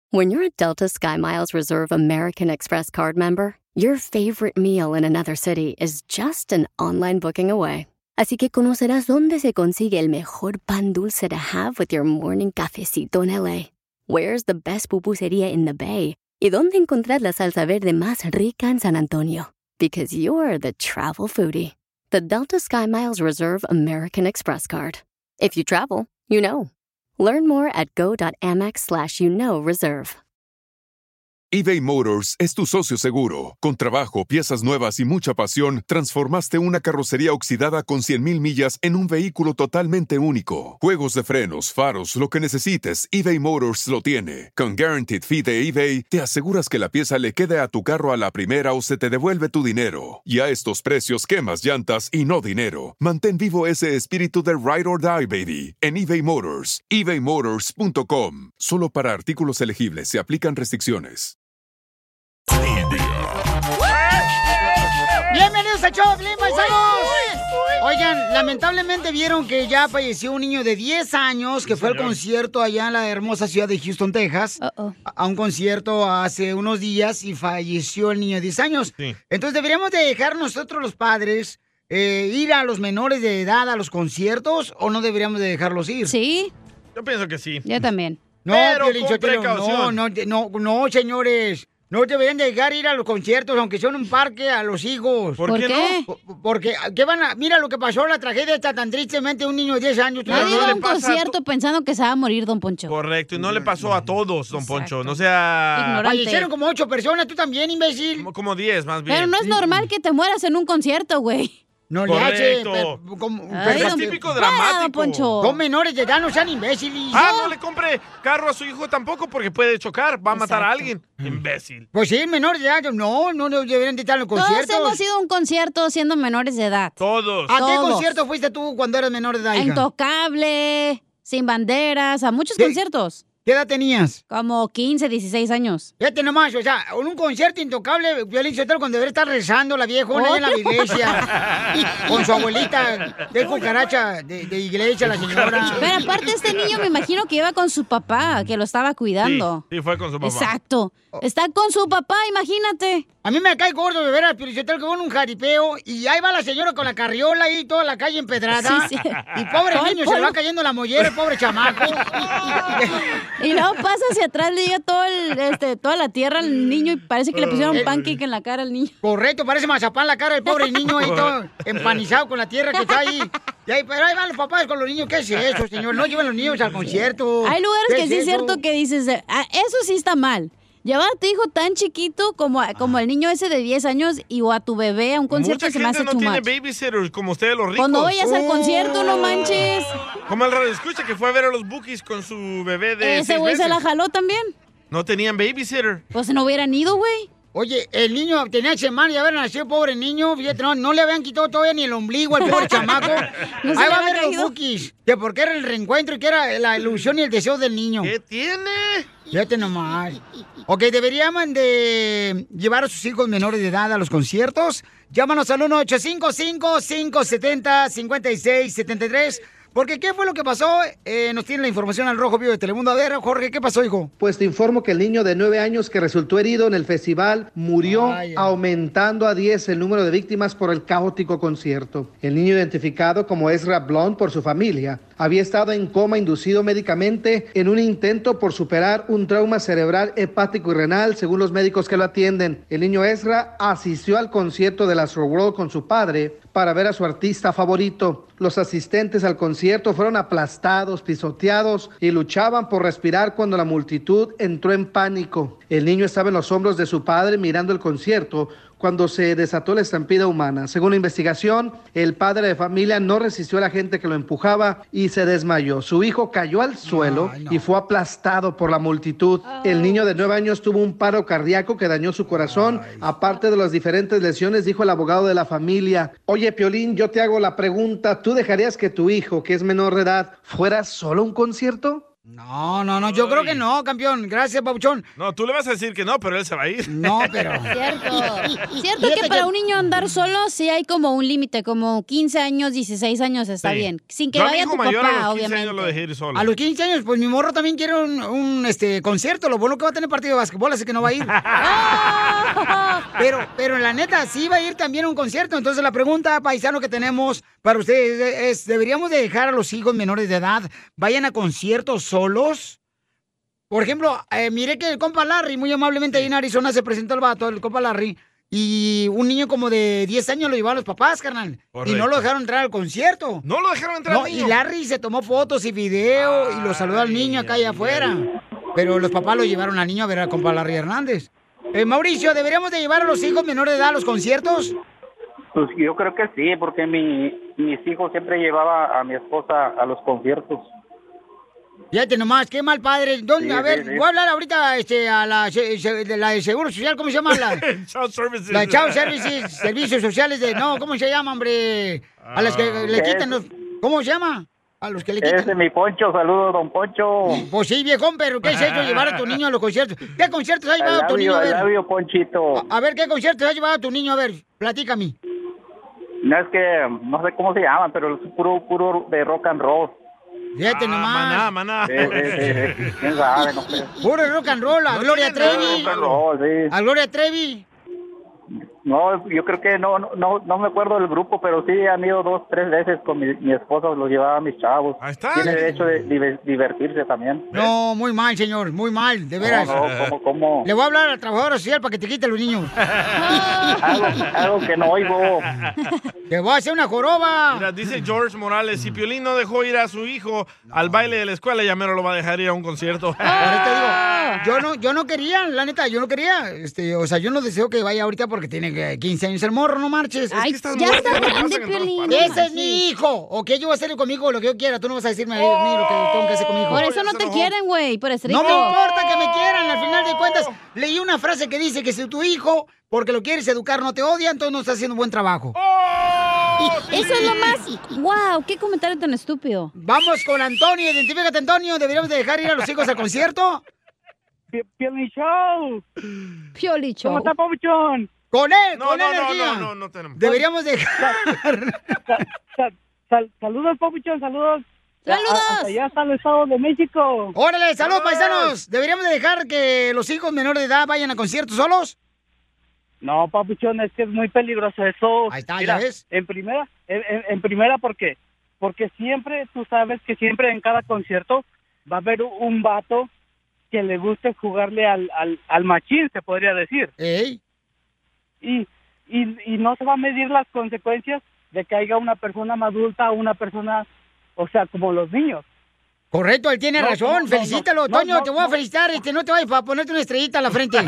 When you're a Delta SkyMiles Reserve American Express card member, your favorite meal in another city is just an online booking away. Así que conocerás dónde se consigue el mejor pan dulce to have with your morning cafecito en LA. Where's the best pupusería in the Bay? Y dónde encontrar la salsa verde más rica en San Antonio. Because you're the travel foodie. The Delta SkyMiles Reserve American Express card. If you travel, you know. Learn more at go.amex/reserve. eBay Motors es tu socio seguro. Con trabajo, piezas nuevas y mucha pasión, transformaste una carrocería oxidada con 100,000 millas en un vehículo totalmente único. Juegos de frenos, faros, lo que necesites, eBay Motors lo tiene. Con Guaranteed Fee de eBay, te aseguras que la pieza le quede a tu carro a la primera o se te devuelve tu dinero. Y a estos precios, quemas llantas y no dinero. Mantén vivo ese espíritu de Ride or Die, baby, en eBay Motors. ebaymotors.com. Solo para artículos elegibles se aplican restricciones. Bienvenidos a Choplin, paisanos. Oigan, lamentablemente vieron que ya falleció un niño de 10 años que fue al concierto allá en la hermosa ciudad de Houston, Texas. A un concierto hace unos días y falleció el niño de 10 años. Sí. Entonces deberíamos de dejar nosotros los padres ir a los menores de edad a los conciertos, ¿o no deberíamos de dejarlos ir? Sí. Yo pienso que sí. Yo también. No, pero con precaución. No, señores. No deberían dejar ir a los conciertos, aunque sea en un parque, a los hijos. ¿Por qué no? Porque, ¿qué van a...? Mira lo que pasó, la tragedia está tan tristemente, un niño de 10 años. Nadie va a un concierto pensando que se va a morir, don Poncho. Correcto, y no le pasó a todos, don Poncho. No sea... ignorante. Fallecieron como 8 personas, tú también, imbécil. Como 10, más bien. Pero no es normal que te mueras en un concierto, güey. No correcto. le hace... Pero es típico dramático. Poncho. Son menores de edad, no sean imbéciles. No le compre carro a su hijo tampoco porque puede chocar, va a matar a alguien. Imbécil. Pues sí, menores de edad, no deberían de estar en los conciertos. Todos hemos ido a un concierto siendo menores de edad. Todos. ¿A qué concierto fuiste tú cuando eras menor de edad, hija? Intocable, Sin Banderas, a muchos conciertos. ¿Qué edad tenías? Como 15, 16 años. Fíjate nomás, o sea, en un concierto Intocable, Violín Sotelo, cuando debería estar rezando la viejona en la iglesia, con su abuelita, de cucaracha de iglesia, la señora. Pero aparte este niño me imagino que iba con su papá, que lo estaba cuidando. Sí, fue con su papá. Exacto. Está con su papá, imagínate. A mí me cae gordo de ver al Violín Sotelo que va en un jaripeo y ahí va la señora con la carriola ahí, toda la calle empedrada. Sí. Y pobre niño, se le va cayendo la mollera, el pobre chamaco. Y luego pasa hacia atrás, le llega toda la tierra al niño y parece que le pusieron pancake en la cara al niño. Correcto, parece mazapán la cara del pobre niño ahí todo empanizado con la tierra que está ahí. Pero ahí van los papás con los niños. ¿Qué es eso, señor? No llevan los niños al concierto. Hay lugares que sí es cierto que dices, eso sí está mal. Llevar a tu hijo tan chiquito como el niño ese de 10 años o a tu bebé a un concierto se me hace too much. Mucha gente no tiene babysitter como ustedes los ricos. Cuando vayas al concierto, no manches. Como el radio escucha que fue a ver a los Bookies con su bebé de 6 meses. Ese güey se la jaló también. No tenían babysitter. Pues no hubieran ido, güey. Oye, el niño tenía semanas de haber nacido, pobre niño. Fíjate, no le habían quitado todavía ni el ombligo al pobre chamaco. Ahí va a ver los Bookies. Que porque era el reencuentro y que era la ilusión y el deseo del niño. ¿Qué tiene? Fíjate nomás. Ok, deberíamos de llevar a sus hijos menores de edad a los conciertos. Llámanos al 1-855-570-5673. Porque, ¿qué fue lo que pasó? Nos tiene la información al Rojo Vivo de Telemundo. A ver, Jorge, ¿qué pasó, hijo? Pues te informo que el niño de 9 años que resultó herido en el festival murió, aumentando a 10 el número de víctimas por el caótico concierto. El niño, identificado como Ezra Blount por su familia, había estado en coma inducido médicamente en un intento por superar un trauma cerebral, hepático y renal, según los médicos que lo atienden. El niño Ezra asistió al concierto de Astroworld con su padre para ver a su artista favorito. Los asistentes al concierto fueron aplastados, pisoteados y luchaban por respirar cuando la multitud entró en pánico. El niño estaba en los hombros de su padre mirando el concierto cuando se desató la estampida humana. Según la investigación, el padre de familia no resistió a la gente que lo empujaba y se desmayó. Su hijo cayó al suelo y fue aplastado por la multitud. El niño de 9 años tuvo un paro cardíaco que dañó su corazón. Aparte de las diferentes lesiones, dijo el abogado de la familia: oye, Piolín, yo te hago la pregunta, ¿tú dejarías que tu hijo, que es menor de edad, fuera solo a un concierto? No, yo creo que no, campeón. Gracias, Papuchón. No, tú le vas a decir que no, pero él se va a ir. No, pero... Cierto que para un niño andar solo sí hay como un límite, como 15 años, 16 años está bien. Sin que Yo a mi vaya hijo tu mayor papá, a los 15 obviamente. años lo dejé ir solo. A los 15 años, pues mi morro también quiere un concierto. Lo bueno que va a tener partido de básquetbol, así que no va a ir. Pero la neta, sí va a ir también a un concierto. Entonces la pregunta, paisano, que tenemos para ustedes es, ¿deberíamos de dejar a los hijos menores de edad vayan a conciertos solos? Por ejemplo, miré que el compa Larry, muy amablemente ahí en Arizona, se presentó el vato, el compa Larry, y un niño como de 10 años lo llevaba a los papás, carnal. Correcto. Y no lo dejaron entrar al concierto. No lo dejaron entrar al niño. Y Larry se tomó fotos y video y lo saludó al niño acá allá afuera. Pero los papás lo llevaron al niño a ver al compa Larry Hernández. Mauricio, ¿deberíamos de llevar a los hijos menores de edad a los conciertos? Pues yo creo que sí, porque mis hijos siempre llevaba a mi esposa a los conciertos. Fíjate nomás, qué mal padre. ¿Dónde? Sí, A ver, sí. voy a hablar ahorita a la de Seguro Social, ¿cómo se llama? Child Services. La Child Services, Servicios Sociales de... No, ¿cómo se llama, hombre? A las que le quitan los... ¿Cómo se llama? A los que le quitan... Ese es mi Poncho, saludos, don Poncho. Pues sí, viejón, pero ¿qué es eso? Llevar a tu niño a los conciertos. ¿Qué conciertos ha llevado a tu niño a ver? Labio, Ponchito. A ver, ¿qué conciertos ha llevado a tu niño a ver? Platícame. No es que, no sé cómo se llaman, pero es puro de rock and roll. Fíjate nomás. Maná. ¿Quién sabe? No sé. Puro rock and roll, a Gloria Trevi. Rock and roll, sí. A Gloria Trevi. No, yo creo que no me acuerdo del grupo, pero sí han ido 2, 3 veces con mi esposa, los llevaba a mis chavos. Ahí está. Tiene derecho de divertirse también. No, muy mal, señor, muy mal, de veras. No, ¿cómo? Le voy a hablar al trabajador social para que te quite los niños. Algo que no oigo. ¡Te voy a hacer una joroba! Mira, dice George Morales, si Piolín no dejó ir a su hijo al baile de la escuela, ya mero lo va a dejar ir a un concierto. Ahorita digo, yo no quería, la neta, yo no quería. O sea, yo no deseo que vaya ahorita porque tiene 15 años el morro, no marches. Ay, estas ya muertes está no grande, pasan en todas Piolín. partes. Ese es mi hijo. ¿Ok? Yo voy a hacer conmigo lo que yo quiera. Tú no vas a decirme a mí lo que tengo que hacer con mi hijo. Por eso ya no se te enojó. quieren, güey, por estricto. No me importa que me quieran, al final de cuentas. Leí una frase que dice que si tu hijo, porque lo quieres educar, no te odia, entonces no está haciendo buen trabajo. Eso es lo más... ¡Wow! ¡Qué comentario tan estúpido! Vamos con Antonio. Identifícate, Antonio. ¿Deberíamos de dejar ir a los hijos al concierto? Piolín Show. Pioli Show. ¿Cómo está, Pabuchón? Con él, No, con no, energía. no tenemos. Deberíamos dejar... Saludos, Pabuchón, saludos. ¡Saludos! Hasta allá está el Estado de México. ¡Órale, saludos, paisanos! ¿Deberíamos de dejar que los hijos menores de edad vayan a conciertos solos? No, Pabuchón, es que es muy peligroso eso. Ahí está, Mira, ya ves. En primera, ¿por qué? Porque siempre, tú sabes que siempre en cada concierto va a haber un vato que le guste jugarle al machín, se podría decir. ¿Ey? Y no se va a medir las consecuencias de que haya una persona más adulta o una persona, o sea, como los niños. Correcto, él tiene razón. Felicítalo, Toño, te voy a felicitar. No te vayas para ponerte una estrellita a la frente.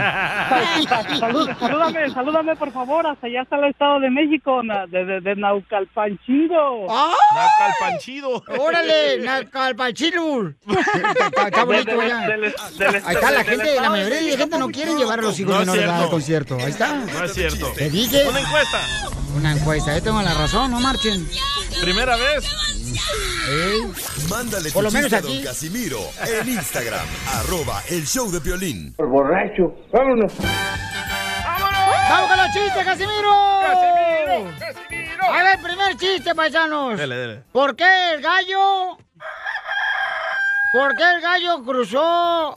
Salúdame, por favor, hasta allá está el Estado de México, de Naucalpanchingo. ¡Ah! Nacalpanchido. ¡Órale! ¡Nacalpanchido! Está bonito allá. Ahí está la gente, la mayoría de la gente no quiere llevar a los hijos No es menores de edad cierto. al concierto. Ahí está. No es cierto. Te dije. Una encuesta. Una encuesta, yo tengo la razón, no marchen. Primera vez. Mándale tu Por lo menos chiste a aquí. don Casimiro en Instagram, @el show de Piolín. Borracho, vámonos. ¡Vamos con los chistes, Casimiro! ¡Casimiro! A ver, primer chiste, paisanos. Dele. ¿Por qué el gallo cruzó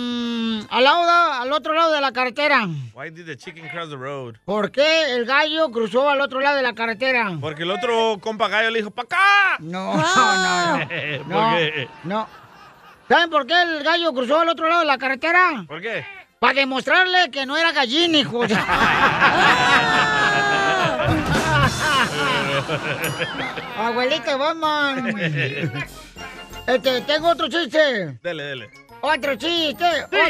al otro lado de la carretera? Why did the chicken cross the road? ¿Por qué el gallo cruzó al otro lado de la carretera? Porque el otro compa gallo le dijo, ¡pa' acá! No. ¿Por qué? No. ¿Saben por qué el gallo cruzó al otro lado de la carretera? ¿Por qué? Para demostrarle que no era gallina, hijo. Abuelita Batman. Tengo otro chiste. Dele. Otro chiste.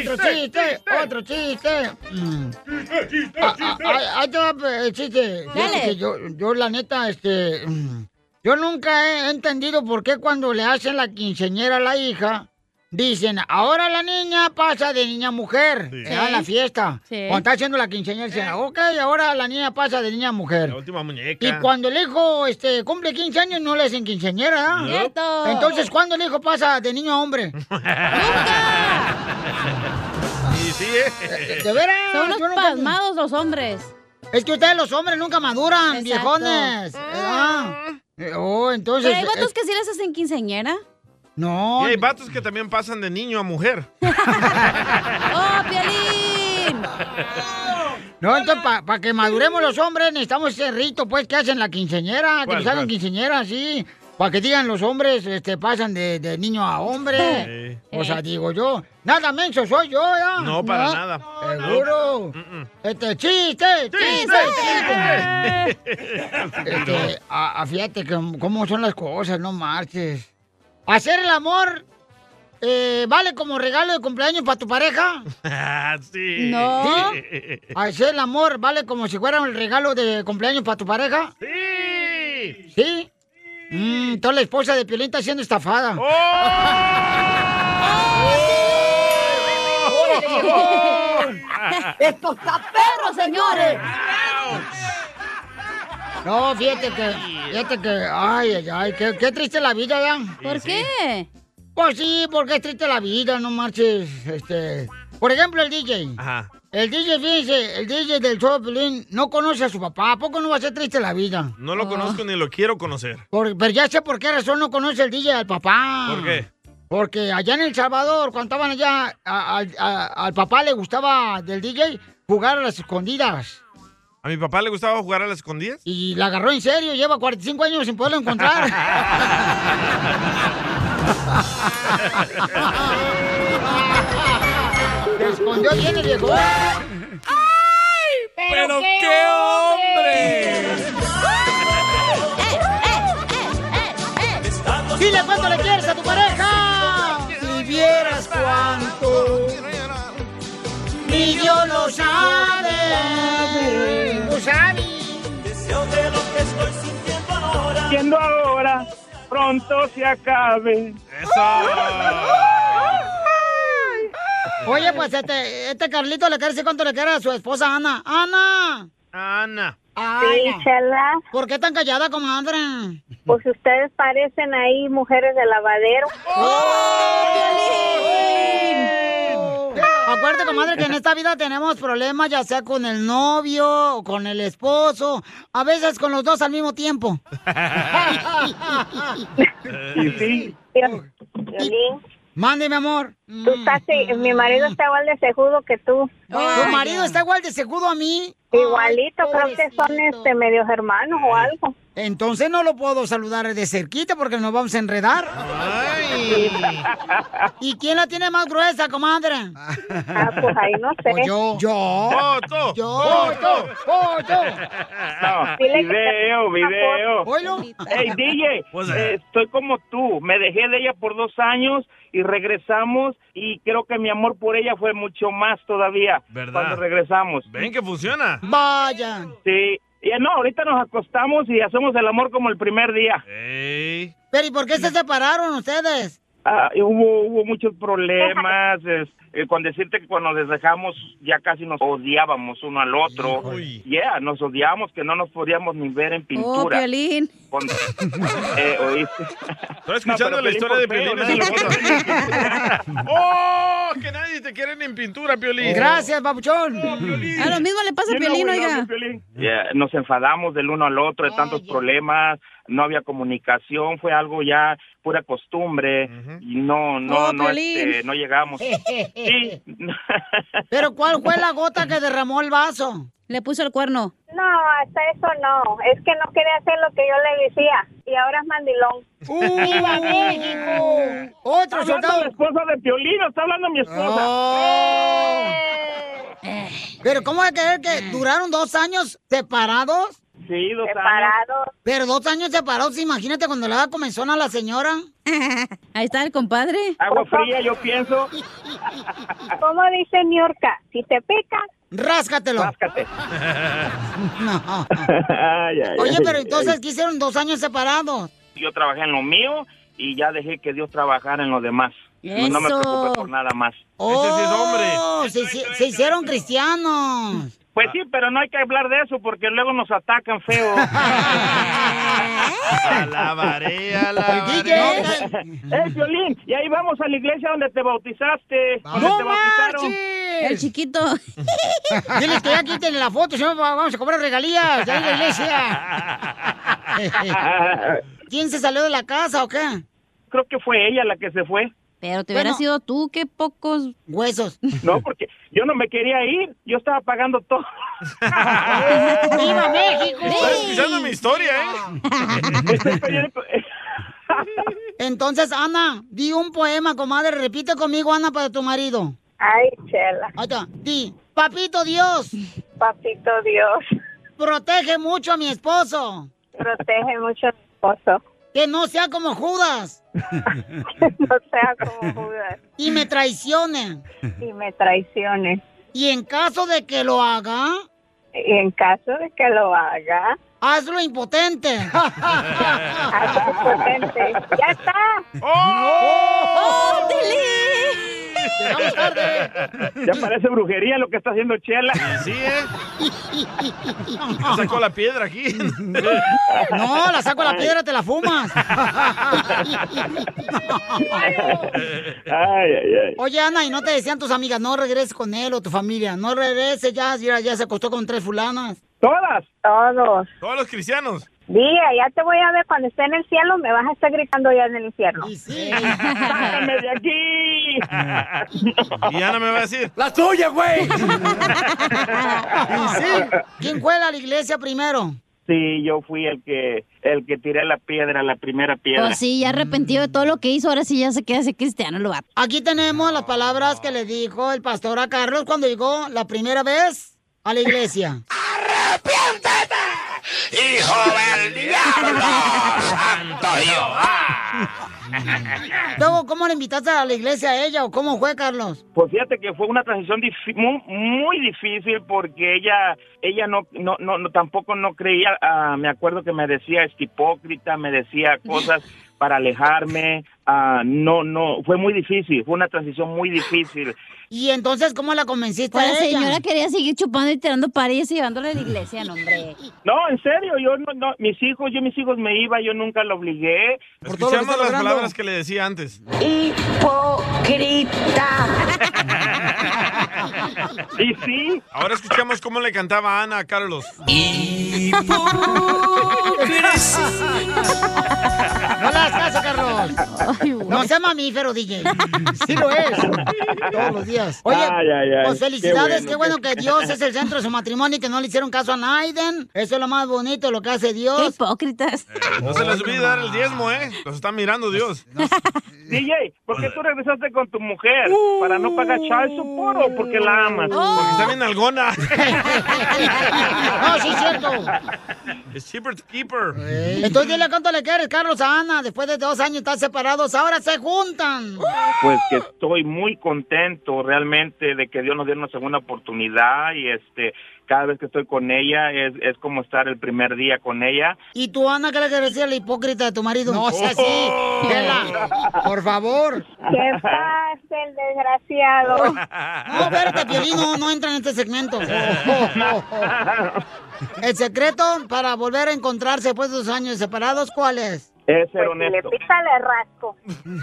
Ahí te va el chiste. Fíjate que yo la neta, yo nunca he entendido por qué cuando le hacen la quinceañera a la hija, dicen, ahora la niña pasa de niña a mujer en la fiesta. Sí. Cuando está haciendo la quinceañera, dicen, ok, ahora la niña pasa de niña a mujer. La última muñeca. Y cuando el hijo cumple 15 años, no le hacen quinceañera. ¿Ah? ¡Cierto! Entonces, ¿cuándo el hijo pasa de niño a hombre? Y sí, ¿De veras? Son Yo unos nunca- pasmados los hombres. Es que ustedes los hombres nunca maduran, Exacto. viejones. Entonces... Pero hay vatos que sí les hacen quinceañera. No. Y hay vatos que también pasan de niño a mujer. ¡Oh, Piolín! No, entonces, para que maduremos los hombres, necesitamos ese rito, pues, que hacen la quinceañera, que ¿Cuál, nos hagan cuál? quinceañera, sí. Para que digan los hombres, pasan de niño a hombre. O sea, digo yo, nada menso soy yo, ¿ya? No, para nada. Seguro. Chiste. Fíjate que cómo son las cosas, no marches. Hacer el amor vale como regalo de cumpleaños para tu pareja. Sí. No. Hacer el amor vale como si fuera un regalo de cumpleaños para tu pareja. Sí. ¿Sí? Toda la esposa de Piolín está siendo estafada. ¡Esto está perro, señores! No, fíjate que, ay, qué triste la vida, ¿ya? ¿Por qué? Pues sí, porque es triste la vida, no marches, Por ejemplo, el DJ. Ajá. El DJ, fíjense, el DJ del show de Piolín no conoce a su papá. ¿A poco no va a ser triste la vida? No lo conozco ni lo quiero conocer. Pero ya sé por qué razón no conoce el DJ al papá. ¿Por qué? Porque allá en El Salvador, cuando estaban allá, al papá le gustaba del DJ jugar a las escondidas. ¿A mi papá le gustaba jugar a las escondidas? Y la agarró en serio, lleva 45 años sin poderlo encontrar. Se escondió bien el viejo. ¡Ay! ¡Pero qué hombre! Dile cuánto le quieres a tu pareja. Si vieras cuánto. Ni Dios lo sabe. Tú sabes. Siendo ahora, pronto se acabe. Oye, pues este Carlito le quiere decir cuánto le quiere a su esposa Ana. ¡Ana! Ana. Sí, Chela. ¿Por qué tan callada, comadre? Pues ustedes parecen ahí mujeres de lavadero. Acuérdate, comadre, que en esta vida tenemos problemas, ya sea con el novio o con el esposo, a veces con los dos al mismo tiempo. Sí. Violín, Mande, mi amor. tú estás, mi marido está igual de cejudo que tú. ¿Tu marido está igual de segudo a mí? Igualito, creo que son medios hermanos o algo. Entonces no lo puedo saludar de cerquita porque nos vamos a enredar. ¿Y quién la tiene más gruesa, comadre? Pues ahí no sé. Pues yo. ¡Foto! No, video. Oilo. Hey, DJ, estoy como tú. Me dejé de ella por 2 años y regresamos y creo que mi amor por ella fue mucho más todavía. ¿Verdad? Cuando regresamos. ¿Ven que funciona? Vaya. Sí. Y no, ahorita nos acostamos y hacemos el amor como el primer día. Pero ¿y por qué se separaron ustedes? Hubo muchos problemas, con decirte que cuando nos dejamos ya casi nos odiábamos uno al otro. Nos odiábamos que no nos podíamos ni ver en pintura. Piolín. ¿Oíste? Estoy escuchando la historia de Piolín. ¡Oh! Que nadie te quiere en pintura, Piolín. Gracias, papuchón. A lo mismo le pasa a Piolín, oiga. Nos enfadamos del uno al otro de tantos problemas, no había comunicación, fue algo ya pura costumbre y no llegamos. Sí. Pero ¿cuál fue la gota que derramó el vaso? Le puso el cuerno. No, hasta eso no. Es que no quería hacer lo que yo le decía. Y ahora es mandilón. ¡Viva México! Otro soldado. La esposa de Piolín, está hablando mi esposa. Pero ¿cómo es que duraron 2 años separados? Sí, 2 separados. Pero 2 años separados, imagínate cuando le da comezón a la señora. Ahí está el compadre. Agua fría, yo pienso. ¿Cómo dice Niurka? Si te pica, ráscatelo. Ráscate. No. Oye, pero entonces, ¿qué hicieron 2 años separados? Yo trabajé en lo mío y ya dejé que Dios trabajara en lo demás. No me preocupé por nada más. ¡Oh! Se hicieron cristianos. Pues sí, pero no hay que hablar de eso porque luego nos atacan feo. Alabaré. Piolín, y ahí vamos a la iglesia donde te bautizaste. ¡No te bautizaron. El chiquito. Diles que ya quiten la foto, si no vamos a cobrar regalías de ahí la iglesia. ¿Quién se salió de la casa o qué? Creo que fue ella la que se fue. Pero te hubiera sido tú, qué pocos huesos. No, porque yo no me quería ir, yo estaba pagando todo. ¡Viva México! Estás escuchando mi historia, Entonces, Ana, di un poema, comadre. Repite conmigo, Ana, para tu marido. Ay, Chela. Ahí está. Di, papito Dios. Papito Dios. Protege mucho a mi esposo. Protege mucho a mi esposo. Que no sea como Judas. No sea como Judas. Y me traicione. Y me traicione. Y en caso de que lo haga. Y en caso de que lo haga. Hazlo impotente. Hazlo impotente. ¡Ya está! ¡Oh! Llegamos tarde. Ya parece brujería lo que está haciendo Chela. Sí, sacó la piedra aquí. No, la saco la piedra, te la fumas. Oye, Ana, ¿y no te decían tus amigas, no regreses con él o tu familia? No regreses, ya se acostó con 3 fulanas. ¿Todas? Todos. Todos los cristianos. Día, ya te voy a ver cuando esté en el cielo, me vas a estar gritando ya en el infierno. ¡Sácame de aquí! Y Ana me va a decir, ¡la tuya, güey! ¿Quién fue a la iglesia primero? Sí, yo fui el que tiré la primera piedra. Pues sí, ya arrepentido de todo lo que hizo, ahora sí ya se queda ese cristiano, lo va. Aquí tenemos las palabras que le dijo el pastor a Carlos cuando llegó la primera vez a la iglesia. ¡Arrepiéntete, hijo del diablo! ¡Santo Jehová! Luego, ¿cómo le invitaste a la iglesia a ella o cómo fue, Carlos? Pues fíjate que fue una transición muy difícil porque ella no tampoco no creía. Me acuerdo que me decía hipócrita, me decía cosas para alejarme. Fue muy difícil, fue una transición muy difícil. ¿Y entonces cómo la convenciste pues a ella? La señora quería seguir chupando y tirando parillas y llevándole a la iglesia, no, hombre. No, en serio, yo mis hijos me iba, yo nunca lo obligué. Escuchamos las palabras que le decía antes. ¡Hipócrita! Y sí. Ahora escuchamos cómo le cantaba Ana a Carlos. No le hagas caso, Carlos. No sea mamífero, DJ. Sí lo es. Todos los días. Oye, pues felicidades. Qué bueno que Dios es el centro de su matrimonio y que no le hicieron caso a Naiden. Eso es lo más bonito, lo que hace Dios. Qué hipócritas. No se les olvide dar el diezmo, Los está mirando Dios. DJ, ¿por qué tú regresaste con tu mujer? ¿Para no pagar child support o porque la amas? Porque está bien algona. No, sí es cierto. Es cheaper to keep her. Entonces dile cuánto le quieres, Carlos, a Ana. Después de 2 años están separados, ahora se juntan. Pues que estoy muy contento realmente de que Dios nos dio una segunda oportunidad y cada vez que estoy con ella es como estar el primer día con ella. ¿Y tú, Ana, qué le quieres decir a la hipócrita de tu marido? No sea así. Por favor. ¿Qué pasa, el desgraciado? No, espérate, Piolín, no entra en este segmento. El secreto para volver a encontrarse después de 2 años separados, ¿cuál es? Es ser honesto. Si le pica, le rasco.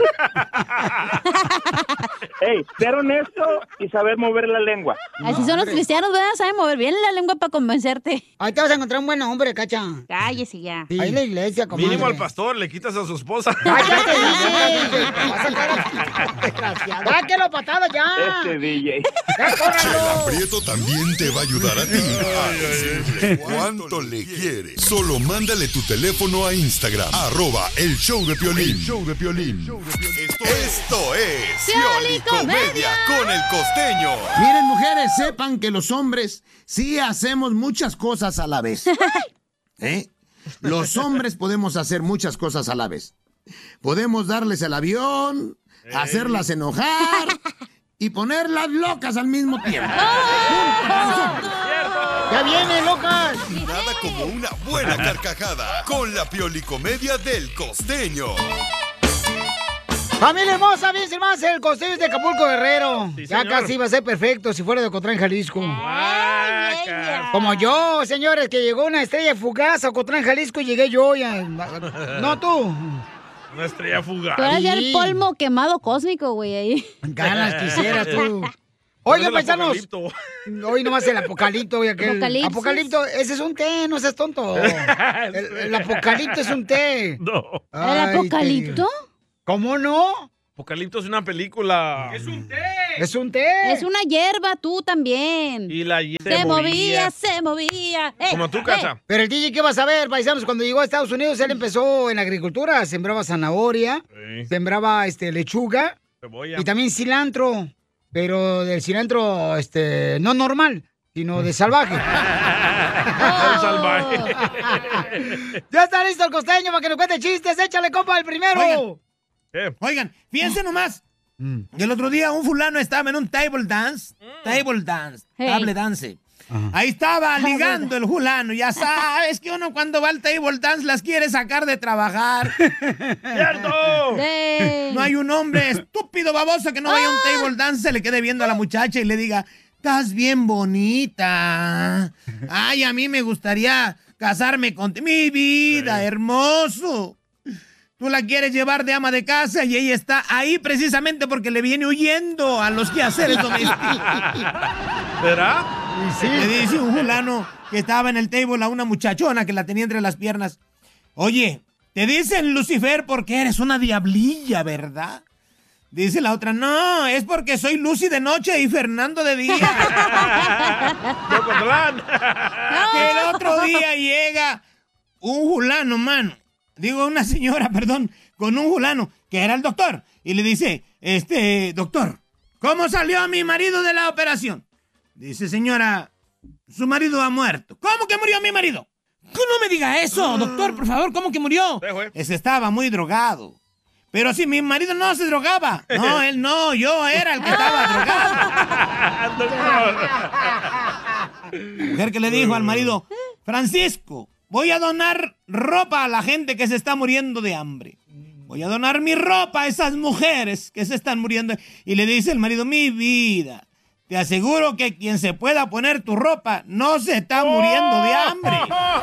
Ey, ser honesto y saber mover la lengua. Así son los cristianos, ¿verdad? Saben mover bien la lengua para convencerte. Ahí te vas a encontrar un buen hombre, Cacha. Cállese ya. Sí. Ahí en la iglesia, comadre. Mínimo al pastor, le quitas a su esposa. ¡Cállate, DJ! Vas a sacar a desgraciado. ¡Sáquelo, patada ya! DJ. Chela Prieto también te va a ayudar a ti a decirle cuánto le quieres. Solo mándale tu teléfono a Instagram, @El Show de Piolín. Esto es Piolicomedia con el Costeño. Miren, mujeres, sepan que los hombres sí hacemos muchas cosas a la vez. Los hombres podemos hacer muchas cosas a la vez. Podemos darles el avión, hacerlas enojar y ponerlas locas al mismo tiempo. ¡Ya viene, locas! Nada como una buena carcajada con la Piolicomedia del Costeño. Familia hermosa, bien sin más, el costeño es de Acapulco, Guerrero. Sí, ya señor. casi iba a ser perfecto si fuera de Ocotlán, Jalisco. Como yo, señores, que llegó una estrella fugaz a Ocotlán, Jalisco y llegué yo. No tú. Una estrella fugaz. Tú eres el polvo quemado cósmico, güey, ahí. Ganas quisieras tú. Oigan, paisanos. Hoy nomás el apocalipto. Apocalipto, ese es un té, no seas tonto. El apocalipto es un té. No. ¿El apocalipto? ¿Cómo no? Apocalipto es una película. Es un té. Es un té. Es una hierba, tú también. Y la Se movía. Como tú, Cacha. Pero el DJ, ¿qué vas a ver, paisanos? Cuando llegó a Estados Unidos, él empezó en la agricultura. Sembraba zanahoria, sembraba lechuga Cebolla. y también cilantro. Pero del cilantro, no normal, sino de salvaje. Salvaje. Ya está listo el costeño para que nos cuente chistes. Échale, compa, el primero. Oigan, fíjense nomás. El otro día un fulano estaba en un table dance. Table dance. Ahí estaba ligando el fulano. Ya sabes que uno cuando va al table dance las quiere sacar de trabajar. ¡Cierto! No hay un hombre estúpido, baboso, que no vaya a un table dance, se le quede viendo a la muchacha y le diga, estás bien bonita. Ay, a mí me gustaría casarme contigo. Mi vida, hermoso. Tú la quieres llevar de ama de casa y ella está ahí precisamente porque le viene huyendo a los quehaceres domésticos. ¿Será? Sí. Le dice un fulano que estaba en el table a una muchachona que la tenía entre las piernas. Oye, te dicen Lucifer porque eres una diablilla, ¿verdad? Dice la otra, no, es porque soy Lucy de noche y Fernando de día. Que el otro día llega un fulano, mano. Digo, una señora, perdón, con un fulano, que era el doctor. Y le dice, doctor, ¿cómo salió mi marido de la operación? Dice, señora, su marido ha muerto. ¿Cómo que murió mi marido? No me diga eso, doctor, por favor, ¿cómo que murió? Ese estaba muy drogado. Pero si mi marido no se drogaba. No, él no, yo era el que estaba drogado. La mujer que le dijo al marido, Francisco, voy a donar ropa a la gente que se está muriendo de hambre. Voy a donar mi ropa a esas mujeres que se están muriendo. Y le dice el marido, mi vida, te aseguro que quien se pueda poner tu ropa no se está muriendo de hambre.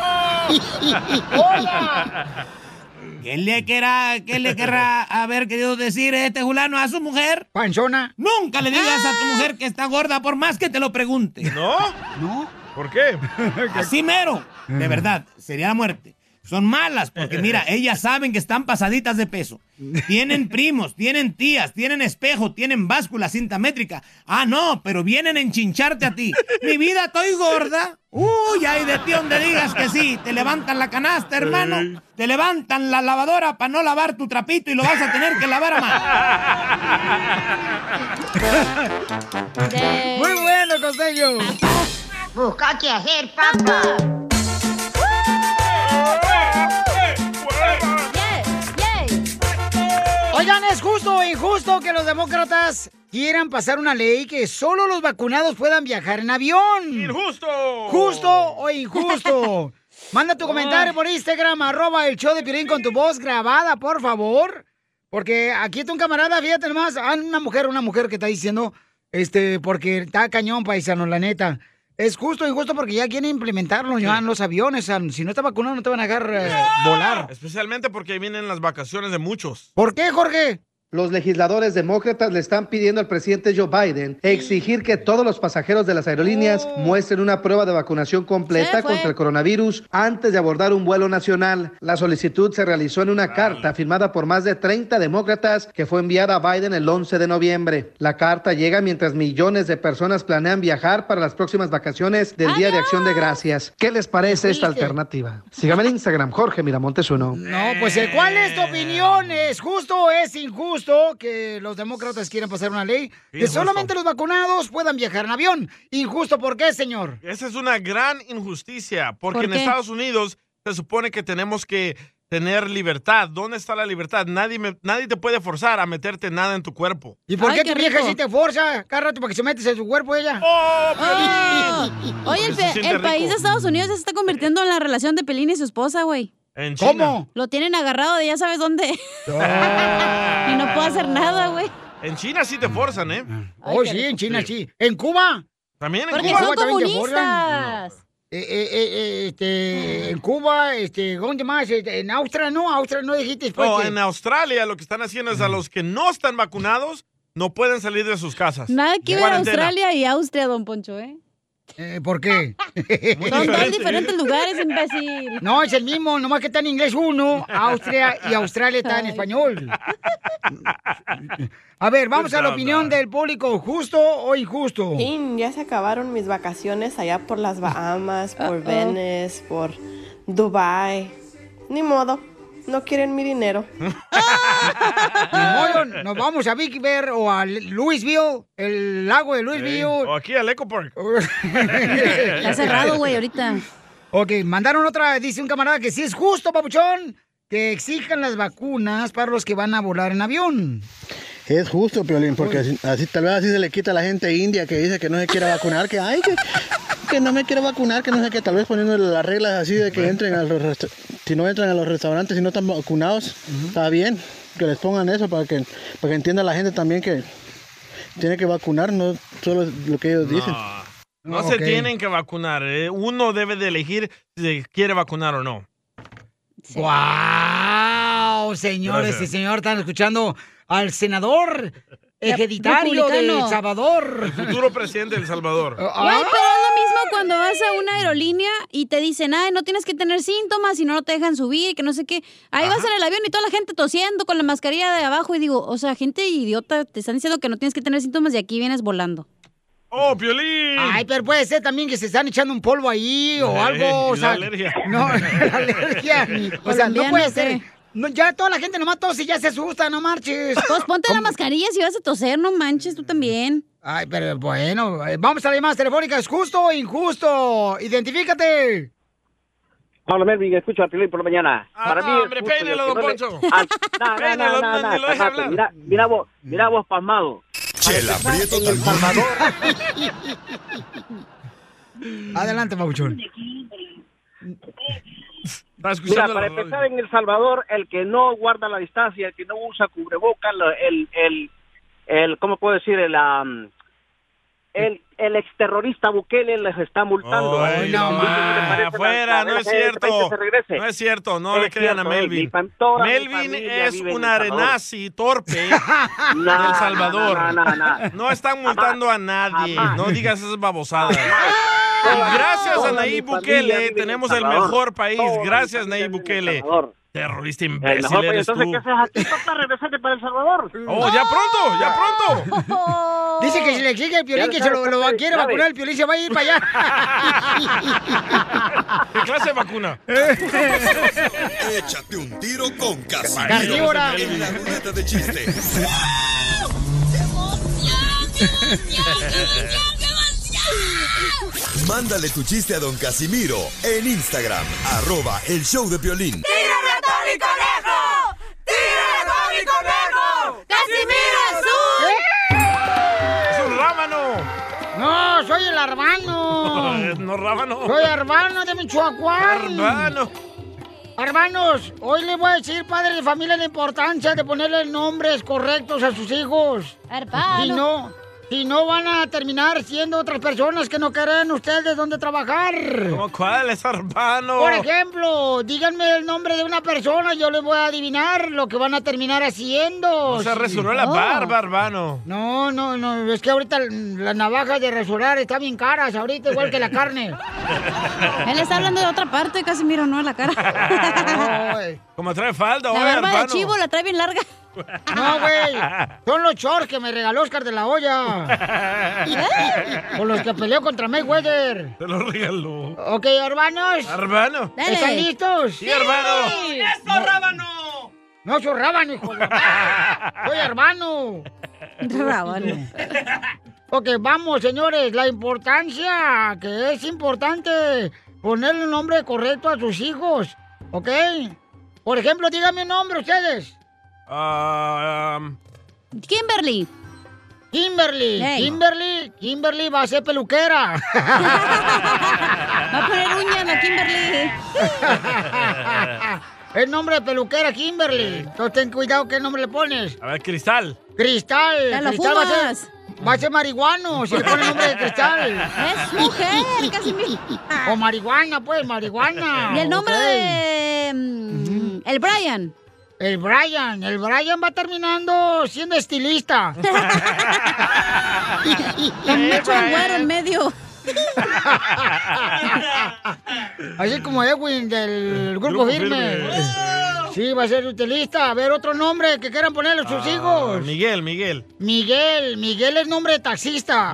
¿Qué le querrá haber querido decir este fulano a su mujer? Panchona. Nunca le digas a tu mujer que está gorda por más que te lo pregunte. ¿No? ¿No? ¿Por qué? Así mero. De verdad, sería la muerte. Son malas porque, mira, ellas saben que están pasaditas de peso. Tienen primos, tienen tías, tienen espejo, tienen báscula, cinta métrica. Ah, no, pero vienen a enchincharte a ti. Mi vida, estoy gorda. Uy, ay de ti donde digas que sí. Te levantan la canasta, hermano. Te levantan la lavadora para no lavar tu trapito y lo vas a tener que lavar a mano. Muy bueno, costeño. Busca qué hacer, papá. Oigan, ¿es justo o injusto que los demócratas quieran pasar una ley que solo los vacunados puedan viajar en avión? ¡Injusto! ¿Justo o injusto? Manda tu comentario por Instagram, @el show de Piolín con tu voz grabada, por favor. Porque aquí está un camarada, fíjate nomás, una mujer que está diciendo, porque está cañón, paisano, la neta. Es justo o injusto porque ya quieren implementarlo ya en los aviones. O sea, si no está vacunado no te van a dejar volar. Especialmente porque ahí vienen las vacaciones de muchos. ¿Por qué, Jorge? Los legisladores demócratas le están pidiendo al presidente Joe Biden exigir que todos los pasajeros de las aerolíneas muestren una prueba de vacunación completa contra el coronavirus antes de abordar un vuelo nacional. La solicitud se realizó en una carta firmada por más de 30 demócratas que fue enviada a Biden el 11 de noviembre. La carta llega mientras millones de personas planean viajar para las próximas vacaciones del Día de Acción de Gracias. ¿Qué les parece esta alternativa? Sígame en Instagram, Jorge Miramontes 1. No, pues ¿cuál es tu opinión? ¿Es justo o es injusto que los demócratas quieran pasar una ley que solamente los vacunados puedan viajar en avión? Injusto, ¿por qué, señor? Esa es una gran injusticia, porque ¿Por en qué? Estados Unidos se supone que tenemos que tener libertad. ¿Dónde está la libertad? Nadie te puede forzar a meterte nada en tu cuerpo. ¿Y por qué tu vieja sí te forza cada rato para que se metes en su cuerpo ella? Oye, el país de Estados Unidos se está convirtiendo en la relación de Pelín y su esposa, güey. En China. ¿Cómo? Lo tienen agarrado de ya sabes dónde. Y no puedo hacer nada, güey. En China sí te forzan, ¿eh? Oh, sí, en China sí. ¿En Cuba? También en Porque Cuba. son también te comunistas. En Cuba, ¿dónde más? En Austria no dijiste después. No, en Australia lo que están haciendo es a los que no están vacunados no pueden salir de sus casas. Nada que ver Cuarentena. Australia y Austria, don Poncho, ¿eh? ¿Por qué? Son dos diferentes lugares, imbécil. No, es el mismo, nomás que está en inglés uno, Austria y Australia está en español. A ver, vamos a la opinión del público, ¿justo o injusto? Ya se acabaron mis vacaciones allá por las Bahamas, por Venice, por Dubai. Ni modo, no quieren mi dinero. Ni modo, nos vamos a Big Bear o a Louisville, el lago de Louisville. O aquí al Eco Park. Está cerrado, güey, ahorita. Ok, mandaron otra, dice un camarada que sí es justo, papuchón, que exijan las vacunas para los que van a volar en avión. Es justo, Piolín, porque así tal vez así se le quita a la gente india que dice que no se quiere vacunar, que ay, que no me quiero vacunar, que no sé qué, tal vez poniéndole las reglas así de que entren a los si no entran a los restaurantes y no están vacunados, está bien que les pongan eso para que entienda la gente también que tiene que vacunar, no solo lo que ellos dicen. No se tienen que vacunar, uno debe de elegir si quiere vacunar o no. Sí. ¡Wow! Señores Gracias. y señores, están escuchando al senador hereditario de El Salvador. El futuro presidente de El Salvador. Güey, pero es lo mismo cuando vas a una aerolínea y te dicen, ay, no tienes que tener síntomas y no te dejan subir, que no sé qué. Ahí vas en el avión y toda la gente tosiendo con la mascarilla de abajo y digo, o sea, gente idiota, te están diciendo que no tienes que tener síntomas y aquí vienes volando. ¡Oh, Piolín! Ay, pero puede ser también que se están echando un polvo ahí o algo. O y sea, la alergia. No, la alergia. O sea, no puede ser. No, ya toda la gente nomás tose y ya se asusta, no marches. Pues ponte la mascarilla si vas a toser, no manches, tú también. Ay, pero bueno, vamos a las llamadas telefónicas. ¿Justo o injusto? Identifícate. Hola, Melvin, escucho a Piolín por la mañana. Para mí hombre, péinelo, don Poncho. No. Mira vos, pasmado. Chela Prieto también. Adelante, Pabuchón. Mira, para empezar, en El Salvador, el que no guarda la distancia, el que no usa cubrebocas, ¿cómo puedo decir? El exterrorista Bukele les está multando. Ay, no, afuera, no es cierto. No es cierto, no le crean a Melvin. Melvin es un arenazi torpe de El Salvador. No están multando a nadie. No digas esas babosadas. Gracias a Nayib Bukele tenemos el mejor país. Gracias, Nayib Bukele. Terrorista imbécil eres tú. Entonces, ¿qué haces aquí? ¿Estás regresando para El Salvador? ¡Oh, ya pronto, ya pronto! Dice que si le exige el Piolín que se lo quiere vacunar, el Piolín se va a ir para allá. ¿Qué clase de vacuna? Échate un tiro con Casimiro Carnívora. en la ruleta de chistes. Mándale tu chiste a don Casimiro en Instagram, @elshowdepiolín. ¡Tírame a Tony Conejo! ¡Tírame a Tony Conejo! ¡Casimiro ¡Es un rábano! No, soy el Arbano. No, rábano. Soy Arbano de Michoacán. Arbano. Hermanos, hoy les voy a decir, padres de familia, la importancia de ponerle nombres correctos a sus hijos. Si no van a terminar siendo otras personas que no quieren ustedes donde trabajar. ¿Cómo cuál es Arbano? Por ejemplo, díganme el nombre de una persona, yo les voy a adivinar lo que van a terminar haciendo. No se resuró la barba, Arbano. No, es que ahorita las navajas de rasurar están bien caras, ahorita igual que la carne. Él está hablando de otra parte, Casimiro, no de la cara. Como trae falda, La barba de chivo la trae bien larga. No, güey. Son los shorts que me regaló Oscar de la Hoya. Con los que peleó contra Mayweather. Te lo regaló. Ok, hermanos. Arbano. ¿Están listos? Sí, Arbano. ¡Eso, rábano! No soy rábano, hijo de... Soy hermano. Rábano. Ok, vamos, señores. La importancia, que es importante ponerle un nombre correcto a sus hijos. ¿Ok? Por ejemplo, díganme un nombre ustedes. Kimberly. Kimberly va a ser peluquera. Va a poner uñas la Kimberly. Es nombre de peluquera, Kimberly. Entonces ten cuidado qué nombre le pones. A ver, Cristal. Cristal. Te lo Cristal fumas. va a ser marihuano si le pone nombre de Cristal. Es mujer, Casimiro. O marihuana, pues, marihuana. Y el nombre de... el Brian. El Brian va terminando siendo estilista. Con mucho güero en medio. Así como Edwin del Grupo Firme. Sí, va a ser estilista. A ver, otro nombre que quieran ponerle a sus hijos. Miguel. Miguel es nombre de taxista.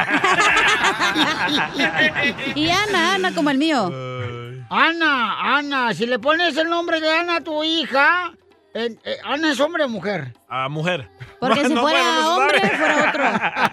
Y Ana como el mío. Ana, si le pones el nombre de Ana a tu hija... ¿Ana es hombre o mujer? Mujer. Porque si fuera hombre, fuera otro.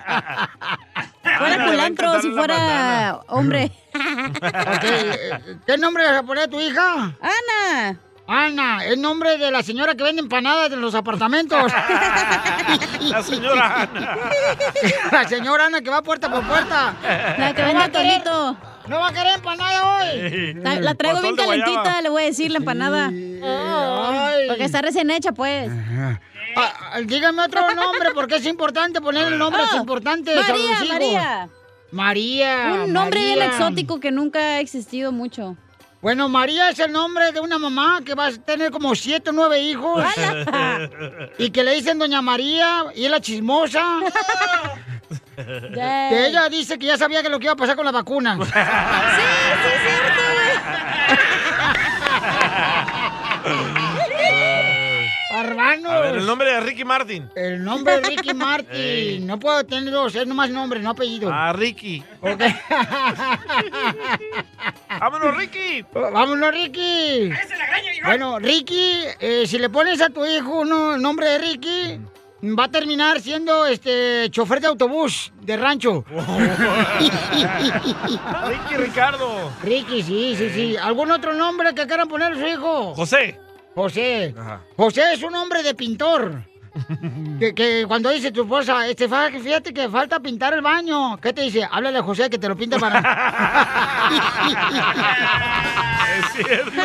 Fuera culantro, si fuera hombre. ¿Qué nombre vas a poner a tu hija? Ana, es nombre de la señora que vende empanadas en los apartamentos. La señora Ana. La señora Ana que va puerta por puerta. La que vende atolito. ¿No va a querer empanada hoy? La traigo bien calentita, le voy a decir la empanada. Ay. Porque está recién hecha, pues. Dígame otro nombre, porque es importante poner el nombre, es importante. María. Un nombre bien exótico que nunca ha existido mucho. Bueno, María es el nombre de una mamá que va a tener como 7 o 9 hijos. Y que le dicen Doña María, y es la chismosa. Que ella dice que ya sabía que lo que iba a pasar con la vacuna. Sí, es cierto, Hermano. A ver, el nombre de Ricky Martin. El nombre de Ricky Martin. No puedo tener dos, es nomás nombre, no apellido. Ricky. Okay. ¡Vámonos, Ricky! ¡Vámonos, Ricky! Bueno, Ricky, si le pones a tu hijo el nombre de Ricky, va a terminar siendo chofer de autobús de rancho. Ricky Ricardo. Ricky, sí. ¿Algún otro nombre que quieran poner a su hijo? José. Ajá. José es un nombre de pintor. que cuando dice tu esposa, fíjate que falta pintar el baño. ¿Qué te dice? Háblale a José que te lo pinta para... Es cierto.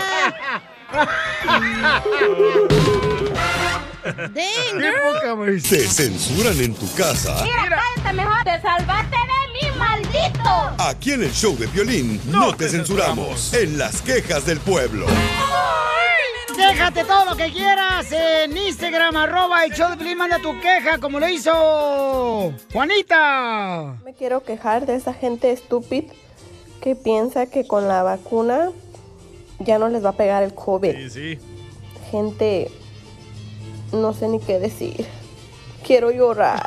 Te censuran en tu casa. Mira, cállate mejor. Te salvaste de mí, maldito. Aquí en el show de Piolín no te censuramos. En las quejas del pueblo. Déjate todo lo que quieras en Instagram, @el show de Piolín, manda tu queja como lo hizo Juanita. Me quiero quejar de esa gente estúpida que piensa que con la vacuna ya no les va a pegar el COVID. Sí. Gente, no sé ni qué decir. Quiero llorar.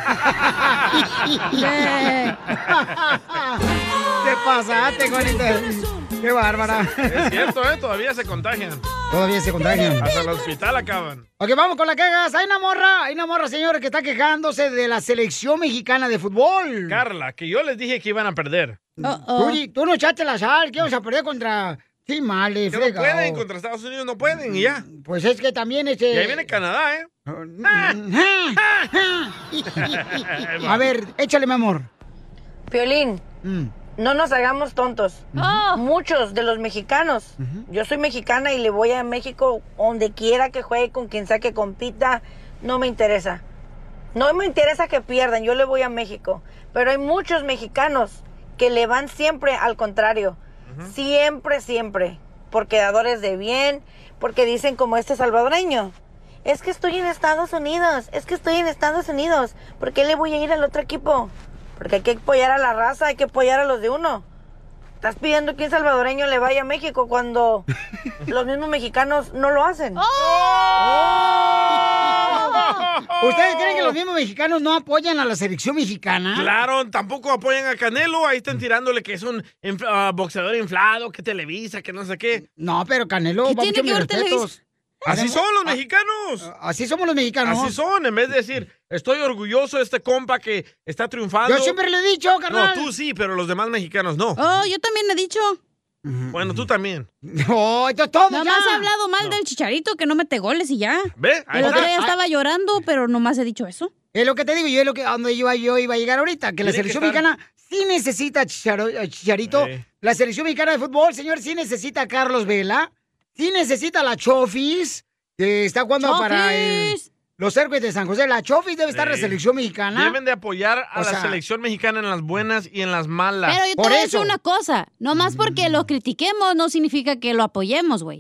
Te pasaste, Juanita. Qué bárbara. Es cierto, todavía se contagian. Hasta el hospital acaban. Ok, vamos con las quejas. Hay una morra, señores, que está quejándose de la selección mexicana de fútbol. Carla, que yo les dije que iban a perder. Tú no echaste la sal, que vamos a perder contra... Sí, male, que no pueden, contra Estados Unidos no pueden y ya. Pues es que también Y ahí viene Canadá, A ver, échale, mi amor. Piolín, no nos hagamos tontos. Muchos de los mexicanos, yo soy mexicana y le voy a México donde quiera que juegue, con quien sea que compita, no me interesa. No me interesa que pierdan, yo le voy a México. Pero hay muchos mexicanos que le van siempre al contrario. Siempre, por quedadores de bien, porque dicen como este salvadoreño, es que estoy en Estados Unidos, ¿por qué le voy a ir al otro equipo? Porque hay que apoyar a la raza, hay que apoyar a los de uno. Estás pidiendo que un salvadoreño le vaya a México cuando los mismos mexicanos no lo hacen. ¿Ustedes creen que los mismos mexicanos no apoyan a la selección mexicana? Claro, tampoco apoyan a Canelo. Ahí están tirándole que es un boxeador inflado, que Televisa, que no sé qué. No, pero Canelo, ¿Qué tiene que ver Televisa? Así son los mexicanos. Así somos los mexicanos. Así son, en vez de decir, estoy orgulloso de este compa que está triunfando. Yo siempre le he dicho, carnal. No, tú sí, pero los demás mexicanos no. Yo también le he dicho. Bueno, tú también. No, esto es todo. Nomás he hablado mal del Chicharito, que no mete goles y ya. ¿Ve? El otro día estaba llorando, pero nomás he dicho eso. Es lo que te digo, yo es lo que a donde yo iba a llegar ahorita, que la selección mexicana sí necesita a Chicharito. La selección mexicana de fútbol, señor, sí necesita a Carlos Vela. Sí necesita a la Chofis, que está jugando para los Hércules de San José. La Chofis debe estar en la selección mexicana. Deben de apoyar a la selección mexicana en las buenas y en las malas. Pero yo te voy a decir una cosa. No más porque lo critiquemos no significa que lo apoyemos, güey.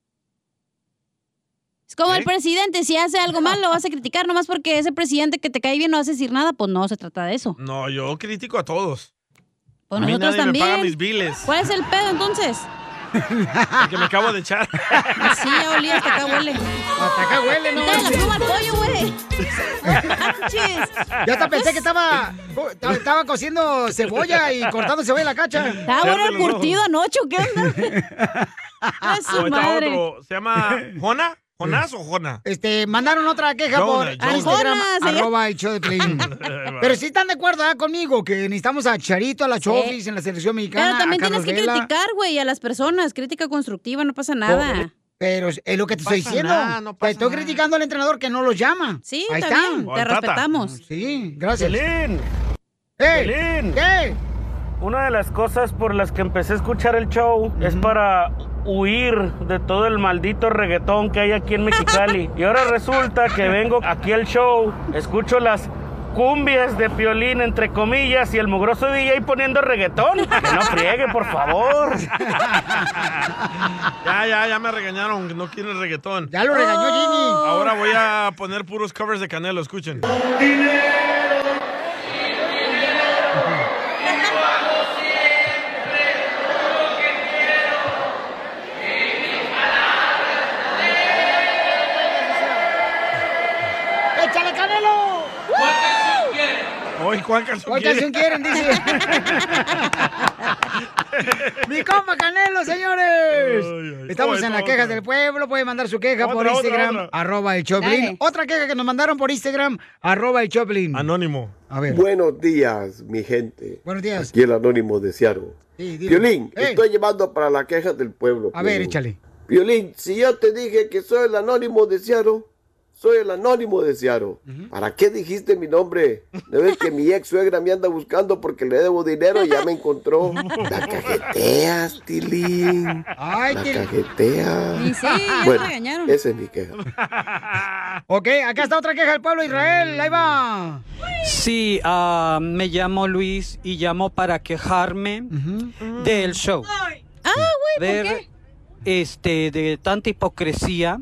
Es como el presidente, si hace algo mal lo vas a criticar, nomás porque ese presidente que te cae bien no vas a decir nada, pues no se trata de eso. No, yo critico a todos. Pues a nosotros también. Me paga mis biles. ¿Cuál es el pedo entonces? El que me acabo de echar. Sí, ya olía, hasta acá huele. Hasta acá huele, ¿no? Dale la pluma al pollo, güey. Yo hasta pensé que estaba cociendo cebolla y cortando cebolla en la cacha. Estaba bueno el curtido anoche, ¿qué onda? A su madre. Otro. ¿Se llama Jona? ¿Jonás o Jona? Mandaron otra queja por Instagram, @el-show-de-Piolín. Pero sí están de acuerdo conmigo que necesitamos a Charito, a la Chofis en la selección mexicana. Pero también tienes que criticar, güey, a las personas. Crítica constructiva, no pasa nada. Pero es lo que te estoy diciendo. Te estoy criticando al entrenador que no los llama. Sí, ahí está bien, te respetamos. Sí, gracias. Piolín. Piolín. ¿Qué? Una de las cosas por las que empecé a escuchar el show es para huir de todo el maldito reggaetón que hay aquí en Mexicali. Y ahora resulta que vengo aquí al show, escucho las cumbias de Piolín, entre comillas, y el mugroso DJ poniendo reggaetón. Que no friegue, por favor. Ya me regañaron, que no quieren reggaetón. Ya lo regañó Jimmy. Ahora voy a poner puros covers de Canelo, escuchen. ¡Échale, Canelo! ¿Cuál canción quieren? Dice. Mi compa Canelo, señores. Estamos en las quejas del pueblo. Pueden mandar su queja por Instagram, @el-show-de-Piolín. Otra queja que nos mandaron por Instagram, @el-show-de-Piolín. Anónimo. A ver. Buenos días, mi gente. Buenos días. Aquí el anónimo de Seattle. Sí, Piolín, estoy llamando para la queja del pueblo. A ver, échale. Piolín, si yo te dije que soy el anónimo de Seattle, soy el anónimo de Seattle. ¿Para qué dijiste mi nombre? ¿No ves que mi ex suegra me anda buscando porque le debo dinero y ya me encontró? La cajeteas, Tilín. Ay, la cajeteas. Y sí, bueno, me regañaron. esa es mi queja. Ok, acá está otra queja del pueblo de Israel. Ahí va. Sí, me llamo Luis y llamo para quejarme del show. Güey, ¿por qué? De tanta hipocresía,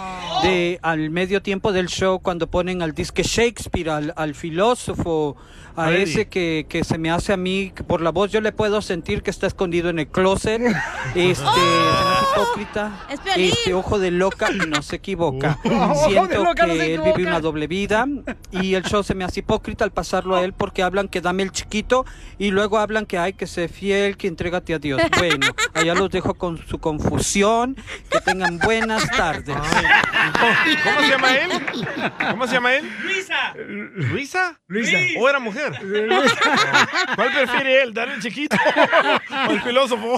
al medio tiempo del show, cuando ponen al disque Shakespeare, al filósofo, a ese que se me hace a mí, por la voz yo le puedo sentir que está escondido en el closet, es hipócrita, ojo de loca, y no se equivoca. Siento que él vive una doble vida, y el show se me hace hipócrita al pasarlo a él, porque hablan que dame el chiquito, y luego hablan que hay que ser fiel, que entrégate a Dios. Bueno, allá los dejo con su confusión, que tengan buenas tardes. ¿Cómo se llama él? ¿Cómo se llama él? ¿Luisa? ¿Luisa? ¿O era mujer? ¿Cuál prefiere él? ¿Dar el chiquito o el filósofo?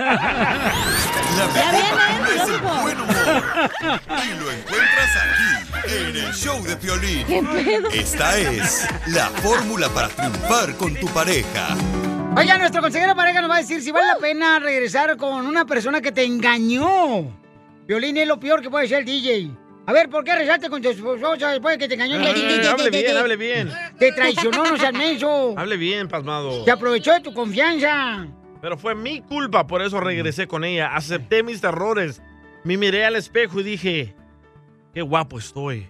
La mejor es el buen humor. Y lo encuentras aquí, en el show de Piolín. Esta es la fórmula para triunfar con tu pareja. Oiga, nuestro consejero pareja nos va a decir si vale la pena regresar con una persona que te engañó. Piolín, es lo peor que puede ser el DJ. A ver, ¿por qué regresaste con tu esposa después de que te engañó? Hable bien. Te traicionó, no seas menso. Hable bien, pasmado. Se aprovechó de tu confianza. Pero fue mi culpa, por eso regresé con ella. Acepté mis errores. Me miré al espejo y dije, qué guapo estoy.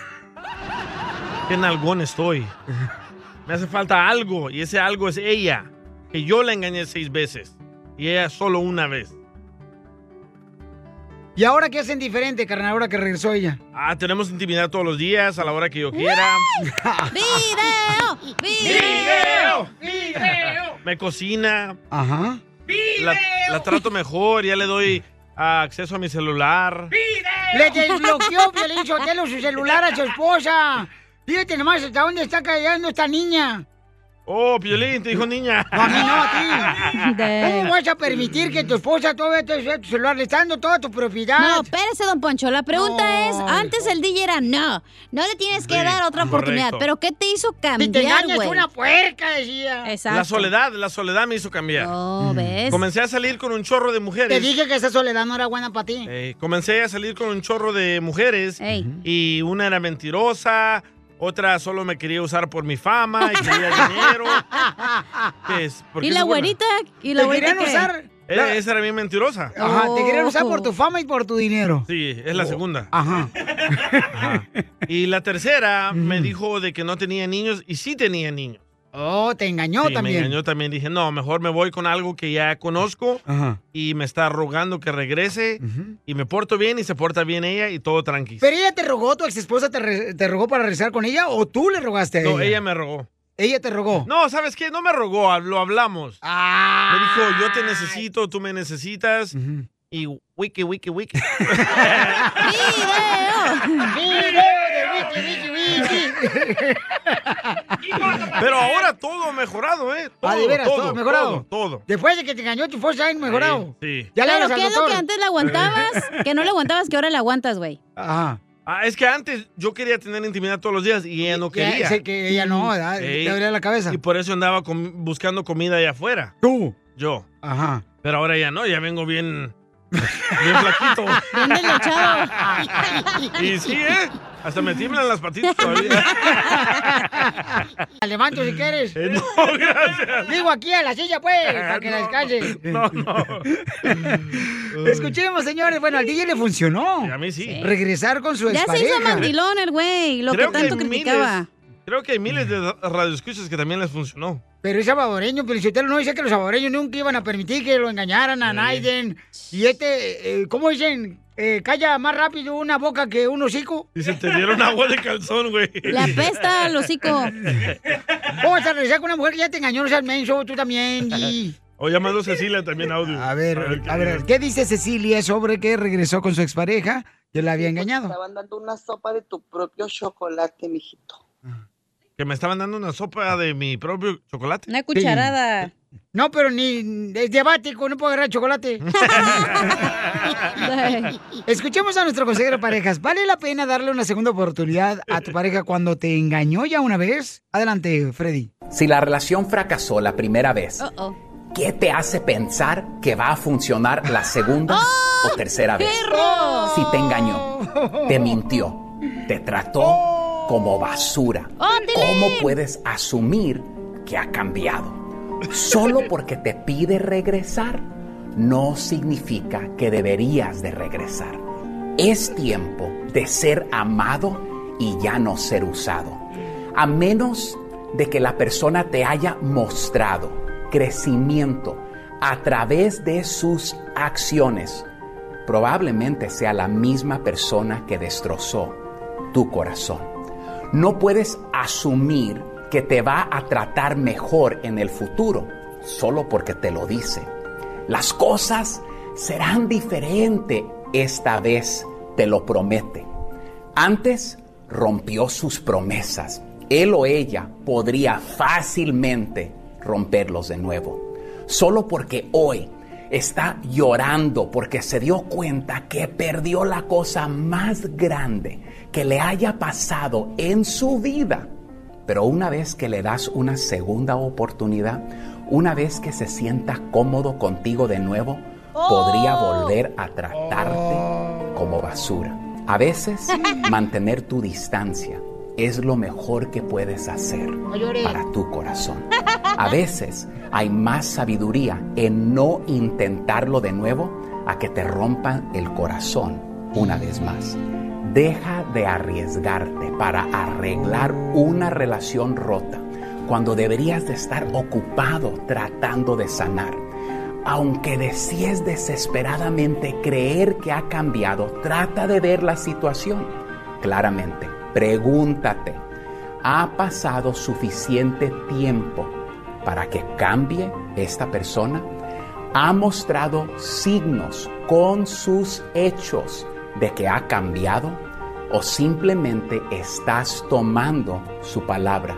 Qué nalgón estoy. Me hace falta algo, y ese algo es ella. Que yo la engañé 6 veces. Y ella solo una vez. ¿Y ahora qué hacen diferente, carnal, ahora que regresó ella? Tenemos intimidad todos los días, a la hora que yo quiera. ¡Video! Me cocina. Ajá. La trato mejor, ya le doy acceso a mi celular. Le desbloqueó Piolín Sotelo su celular a su esposa. Fíjate nomás hasta dónde está cayendo esta niña. Oh, Piolín, te dijo niña. No, a mí no, a ti. ¿Cómo vas a permitir que tu esposa todavía te tu celular, le está dando toda tu propiedad? No, espérese, don Poncho. La pregunta es, antes el DJ era no le tienes que dar otra oportunidad. ¿Pero qué te hizo cambiar, Si te engañas, güey? una puerca, decía. Exacto. La soledad me hizo cambiar. Oh, ¿ves? Comencé a salir con un chorro de mujeres. Te dije que esa soledad no era buena para ti. Comencé a salir con un chorro de mujeres y una era mentirosa, otra solo me quería usar por mi fama y quería dinero. ¿Y la güerita? ¿Y la güerita qué? Usar? Esa era bien mentirosa. Ajá, te querían usar por tu fama y por tu dinero. Sí, es la segunda. Ajá. Y la tercera me dijo de que no tenía niños y sí tenía niños. Oh, te engañó también. Me engañó también. Dije, no, mejor me voy con algo que ya conozco y me está rogando que regrese y me porto bien y se porta bien ella y todo tranquilo. ¿Pero ella te rogó, tu ex esposa te rogó para regresar con ella o tú le rogaste a ella? No, ella me rogó. ¿Ella te rogó? No, ¿sabes qué? No me rogó, lo hablamos. Me dijo, yo te necesito, tú me necesitas. Y wiki. ¡Video de wiki! Pero ahora todo mejorado, ¿eh? Todo, ¿de veras? ¿Todo mejorado? Todo. Después de que te engañó tu esposa, ¿ha mejorado? Sí. ¿Ya ¿Pero qué es lo que antes le aguantabas? Que no le aguantabas, que ahora le aguantas, güey. Ajá. Es que antes yo quería tener intimidad todos los días y ella no quería. Sé que ella no, ¿verdad? Te abría la cabeza. Y por eso andaba buscando comida allá afuera. ¿Tú? Yo. Ajá. Pero ahora ya no, ya vengo bien flaquito. Bien deslechado. Y sí, hasta me tiemblan las patitas todavía. Levanto si quieres. No, gracias. Digo aquí a la silla, pues, para que la descanse. No. Escuchemos, señores. Bueno, al DJ le funcionó. Sí, a mí sí. Regresar con su Ya expareja. se hizo mandilón el güey, lo Creo que tanto criticaba. Creo que hay miles de radioescuchas que también les funcionó. Pero es salvadoreño, Felicitelo no dice que los salvadoreños nunca iban a permitir que lo engañaran a Naiden. Y ¿cómo dicen? Calla más rápido una boca que un hocico. Y se te dieron agua de calzón, güey. La apesta al hocico. ¿Cómo vas a regresar con una mujer que ya te engañó? No seas menso, tú también. O llamando a Cecilia también audio. A ver, ¿qué dice Cecilia sobre que regresó con su expareja que la había engañado? Te estaban dando una sopa de tu propio chocolate, mijito. ¿Que me estaban dando una sopa de mi propio chocolate? Una cucharada. Sí. No, pero ni es diabético, no puedo agarrar chocolate. Escuchemos a nuestro consejero de parejas. ¿Vale la pena darle una segunda oportunidad a tu pareja cuando te engañó ya una vez? Adelante, Freddy. Si la relación fracasó la primera vez, ¿qué te hace pensar que va a funcionar la segunda o tercera vez? ¡Perro! Si te engañó, te mintió, te trató como basura, ¿cómo puedes asumir que ha cambiado? Solo porque te pide regresar, no significa que deberías de regresar. Es tiempo de ser amado y ya no ser usado. A menos de que la persona te haya mostrado crecimiento a través de sus acciones, probablemente sea la misma persona que destrozó tu corazón. No puedes asumir que te va a tratar mejor en el futuro solo porque te lo dice. Las cosas serán diferentes esta vez, te lo promete. Antes rompió sus promesas. Él o ella podría fácilmente romperlos de nuevo. Solo porque hoy está llorando porque se dio cuenta que perdió la cosa más grande que le haya pasado en su vida. Pero una vez que le das una segunda oportunidad, una vez que se sienta cómodo contigo de nuevo, podría volver a tratarte como basura. A veces, mantener tu distancia es lo mejor que puedes hacer para tu corazón. A veces, hay más sabiduría en no intentarlo de nuevo a que te rompan el corazón una vez más. Deja de arriesgarte para arreglar una relación rota cuando deberías de estar ocupado tratando de sanar. Aunque desees desesperadamente creer que ha cambiado, trata de ver la situación claramente. Pregúntate, ¿ha pasado suficiente tiempo para que cambie esta persona? ¿Ha mostrado signos con sus hechos de que ha cambiado? ¿O simplemente estás tomando su palabra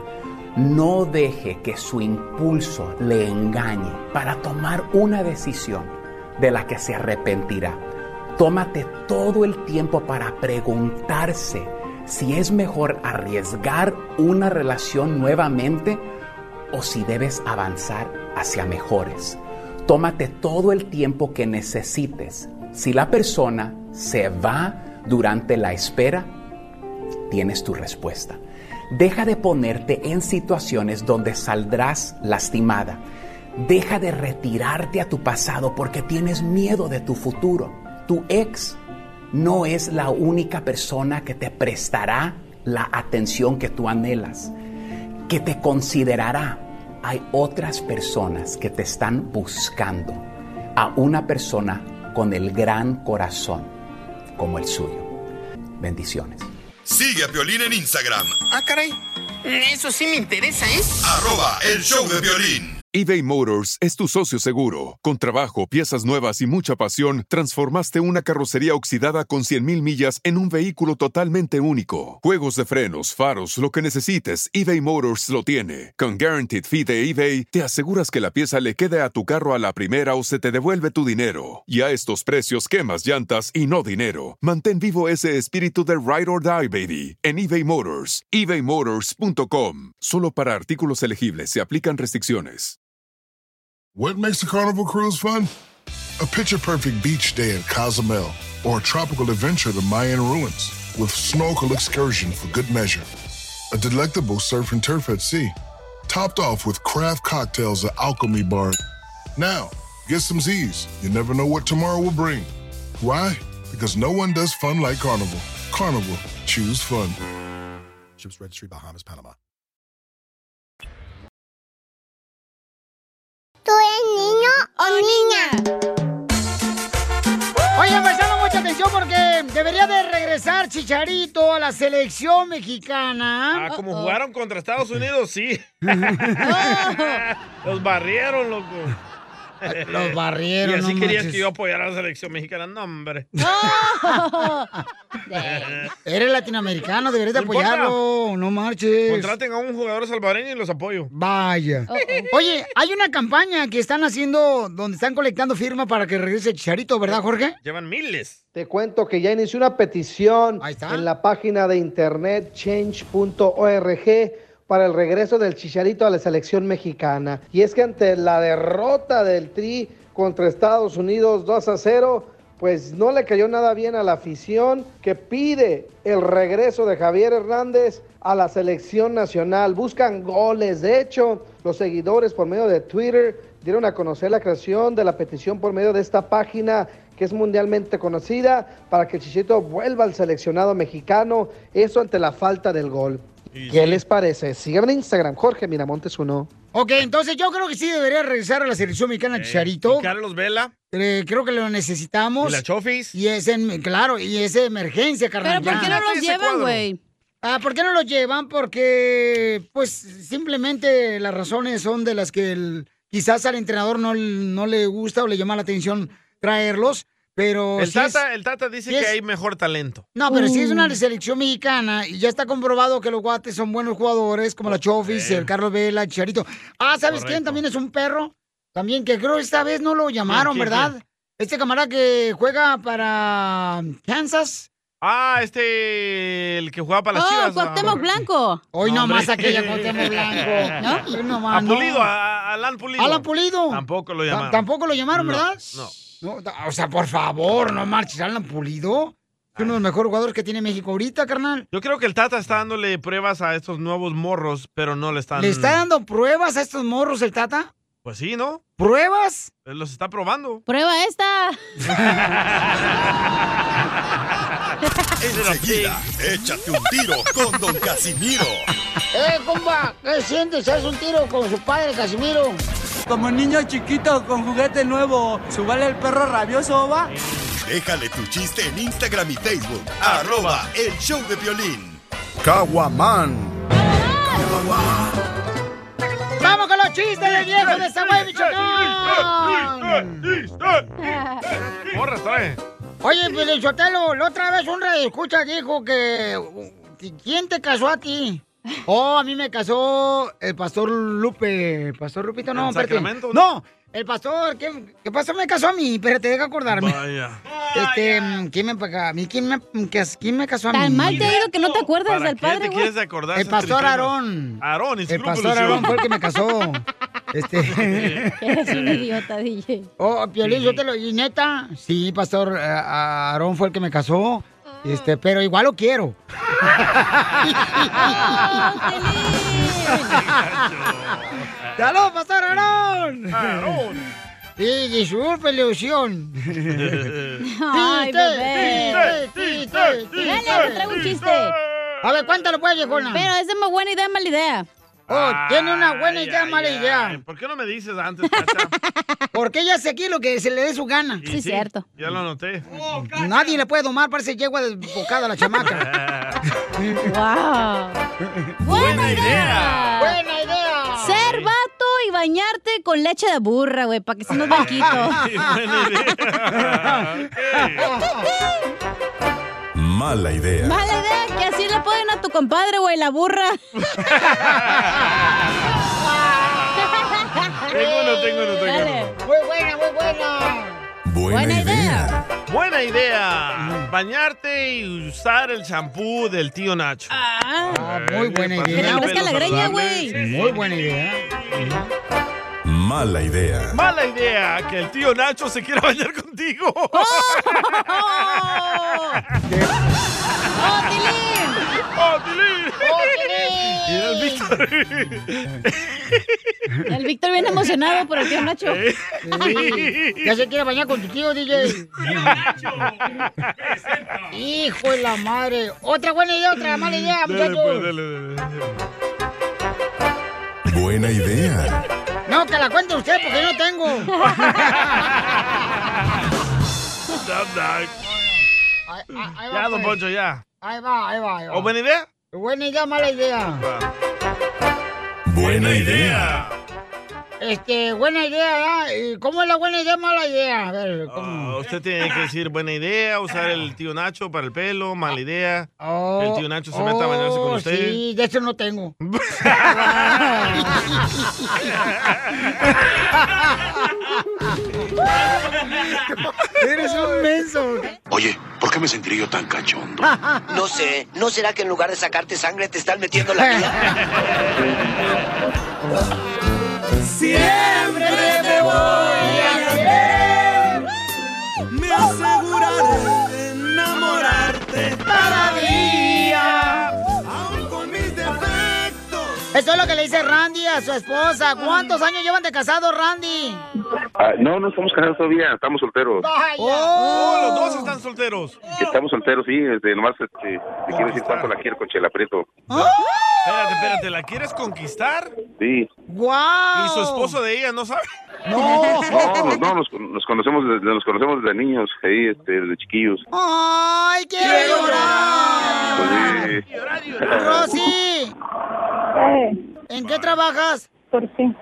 No deje que su impulso le engañe para tomar una decisión de la que se arrepentirá. Tómate todo el tiempo para preguntarse si es mejor arriesgar una relación nuevamente o si debes avanzar hacia mejores. Tómate todo el tiempo que necesites. Si la persona se va durante la espera, tienes tu respuesta. Deja de ponerte en situaciones donde saldrás lastimada. Deja de retirarte a tu pasado porque tienes miedo de tu futuro. Tu ex no es la única persona que te prestará la atención que tú anhelas, que te considerará. Hay otras personas que te están buscando, a una persona con el gran corazón como el suyo. Bendiciones. Sigue a Piolín en Instagram. Ah, caray. Eso sí me interesa, ¿eh? @elshowdepiolín. eBay Motors es tu socio seguro. Con trabajo, piezas nuevas y mucha pasión, transformaste una carrocería oxidada con 100,000 millas en un vehículo totalmente único. Juegos de frenos, faros, lo que necesites, eBay Motors lo tiene. Con Guaranteed Fee de eBay, te aseguras que la pieza le quede a tu carro a la primera o se te devuelve tu dinero. Y a estos precios, quemas llantas y no dinero. Mantén vivo ese espíritu de Ride or Die, baby, en eBay Motors. ebaymotors.com. Solo para artículos elegibles se aplican restricciones. What makes a Carnival cruise fun? A picture-perfect beach day in Cozumel or a tropical adventure to Mayan ruins with snorkel excursion for good measure. A delectable surf and turf at sea, topped off with craft cocktails at Alchemy Bar. Now, get some Z's. You never know what tomorrow will bring. Why? Because no one does fun like Carnival. Carnival. Choose fun. Ships Registry, Bahamas, Panama. ¿Tú eres niño o niña? Oye, prestando mucha atención porque debería de regresar Chicharito a la selección mexicana. Ah, como jugaron contra Estados Unidos, sí. Los barrieron, loco. Los barrieron. Y así no querías manches. que yo apoyara a la selección mexicana. No, hombre. Eres latinoamericano, deberías de No importa. apoyarlo. No marches. Contraten a un jugador salvadoreño y los apoyo. Vaya. Oye, hay una campaña que están haciendo donde están colectando firmas para que regrese Chicharito, ¿verdad, Jorge? Llevan miles. Te cuento que ya inició una petición en la página de internet change.org para el regreso del Chicharito a la selección mexicana. Y es que ante la derrota del Tri contra Estados Unidos 2-0, pues no le cayó nada bien a la afición que pide el regreso de Javier Hernández a la selección nacional. Buscan goles. De hecho, los seguidores por medio de Twitter dieron a conocer la creación de la petición por medio de esta página que es mundialmente conocida para que el Chicharito vuelva al seleccionado mexicano. Eso ante la falta del gol. ¿Qué les parece? Síganme en Instagram, Jorge Miramontes 1. Ok, entonces yo creo que sí debería regresar a la selección mexicana Chicharito. ¿Y Carlos Vela? Creo que lo necesitamos. ¿Y la Chofis? Y claro, y es emergencia, carnal. ¿Pero por qué no los llevan, güey? ¿Por qué no los llevan? Porque, pues, simplemente las razones son de las que quizás al entrenador no le gusta o le llama la atención traerlos. Pero El Tata dice que hay mejor talento. No, pero si es una selección mexicana y ya está comprobado que los guates son buenos jugadores, como la Chofis, el Carlos Vela, el Chicharito. ¿Sabes quién también es un perro? También que creo esta vez no lo llamaron, ¿verdad? Este camarada que juega para Kansas. El que jugaba para las Chivas. Cuauhtémoc Blanco. Hoy nomás aquella Cuauhtémoc Blanco. ¿No? Hoy nomás, a Alan Pulido. Alan Pulido. Tampoco lo llamaron. Tampoco lo llamaron, ¿verdad? No. No, o sea, por favor, no marches, Alan Pulido. Es uno de los mejores jugadores que tiene México ahorita, carnal. Yo creo que el Tata está dándole pruebas a estos nuevos morros, pero no le están... ¿Le está dando pruebas a estos morros el Tata? Pues sí, ¿no? ¿Pruebas? Él los está probando. ¡Prueba esta! Enseguida, échate un tiro con Don Casimiro. Compa, ¿qué sientes? ¿Haz un tiro con su padre, Casimiro? Como niño chiquito con juguete nuevo, ¿subale el perro rabioso, va? Déjale tu chiste en Instagram y Facebook. @elshowdepiolín. Caguamán. ¡Vamos con los chistes del viejo de Zaguay, Michoacán! ¡Morra, trae! Oye, Piolinsotelo, la otra vez un radioescucha dijo que... ¿Quién te casó a ti? Oh, a mí me casó el pastor Lupe. ¿Pastor Lupito? No, ¿En espérate. Sacramento? No, el pastor. ¿Qué pastor me casó a mí? Espérate, deja acordarme. Vaya. ¿Quién me pagó a mí? ¿Quién me casó a mí? Tan mal te ha ido que no te acuerdas ¿Para del qué padre, te güey. quieres acordar? El pastor Aarón. Aarón, El pastor Aarón fue el que me casó. Eres un idiota, DJ. Oh, Piolín, yo te lo... ¿Y neta? Sí, pastor Aarón fue el que me casó. Pero igual lo quiero. ¡Saludos, pastor Aarón! Aarón. Sí, disculpe la ilusión. Ay, bebé. Dale, te traigo un chiste. A ver, cuéntalo pues, viejona. Pero esa es muy buena idea, mala idea. Oh, tiene una buena idea, mala idea. ¿Por qué no me dices antes, Cacha? Porque ella hace aquí lo que se le dé su gana. Sí, cierto. Ya lo anoté. Nadie le puede domar, parece yegua desbocada a la chamaca. ¡Wow! ¡Buena idea! ¡Buena idea! Ser vato y bañarte con leche de burra, güey, para que se nos banquito. Buena idea. Mala idea. Mala idea, que así le ponen a tu compadre, güey, la burra. Tengo uno. Dale. Muy buena. Buena idea. Buena idea. Bañarte y usar el champú del tío Nacho. Muy buena Para idea. tener Fresca la pelos greña, saludables. güey. Muy buena idea. Mala idea. Mala idea que el tío Nacho se quiera bañar contigo. ¡Oh, Tilín! ¡Oh, Tilín! Y era el Víctor. El Víctor viene emocionado por el tío Nacho. Sí. Ya se quiere bañar con tu tío, DJ. Hijo de la madre. Otra buena idea, otra mala idea, muchachos. Dale. Buena idea. No, que la cuente usted porque yo no tengo. Ahí va, Ya, don pues. Poncho, ya. Ahí va. ¿O buena idea? Buena idea, mala idea. Buena idea. Buena idea, ¿verdad? ¿Y cómo es la buena idea, mala idea? A ver, ¿cómo? Usted tiene que decir buena idea, usar el tío Nacho para el pelo, mala idea. El tío Nacho se meta a bañarse con usted. Sí, de eso no tengo. Eres un menso. Oye, ¿por qué me sentiré yo tan cachondo? No sé, ¿no será que en lugar de sacarte sangre te están metiendo la mía? Siempre te voy a querer. Me aseguraré de enamorarte cada día, aun con mis defectos. Eso es lo que le dice Randy a su esposa. ¿Cuántos años llevan de casado, Randy? No estamos casados todavía, estamos solteros. Los dos están solteros. Estamos solteros, sí, nomás te quiero decir cuánto la quiero con Chela Prieto. Espérate, ¿la quieres conquistar? Sí. ¡Guau! ¿Y su esposo de ella no sabe? No, nos conocemos desde niños, ahí, desde chiquillos. ¡Ay, quiero llorar! Pues, ¡Rosy! ¿En qué trabajas? ¿Por qué?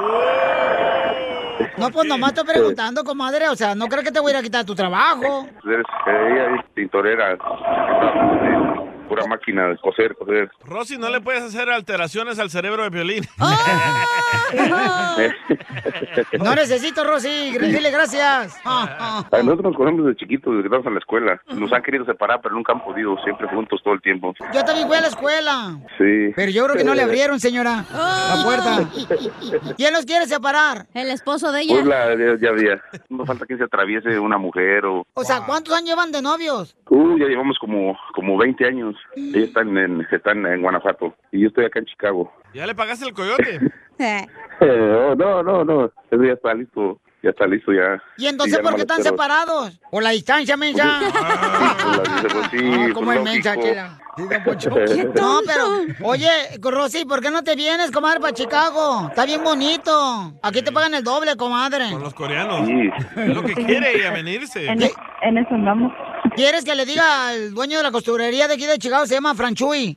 No, pues nomás estoy preguntando, comadre. O sea, no creo que te voy a ir a quitar tu trabajo. Ella es pintorera, pura máquina de coser. Rosy, ¿no le puedes hacer alteraciones al cerebro de Piolín? No necesito, Rosy. Dile gracias. Nosotros nos conocemos desde chiquitos, desde que estábamos en la escuela. Nos han querido separar, pero nunca han podido. Siempre juntos todo el tiempo. Yo también fui a la escuela. Sí. Pero yo creo que no le abrieron, señora, la puerta. ¿Quién los quiere separar? El esposo de ella. Pues ya había. No falta que se atraviese una mujer o... O sea, ¿cuántos años llevan de novios? Ya llevamos como 20 años. Ellos están en Guanajuato y yo estoy acá en Chicago. ¿Ya le pagaste el coyote? No. Eso ya está listo. Ya está listo, ya. ¿Y entonces por qué están separados? ¿Por la distancia, mensa? ¿Cómo es mensa, chela? Sí, don Poncho. No, pero, oye, Rosy, ¿por qué no te vienes, comadre, para Chicago? Está bien bonito. Aquí te pagan el doble, comadre. Con los coreanos. Sí. Es lo que quiere ella, venirse. En eso andamos. ¿Quieres que le diga al dueño de la costurería de aquí de Chicago? Se llama Franchuy.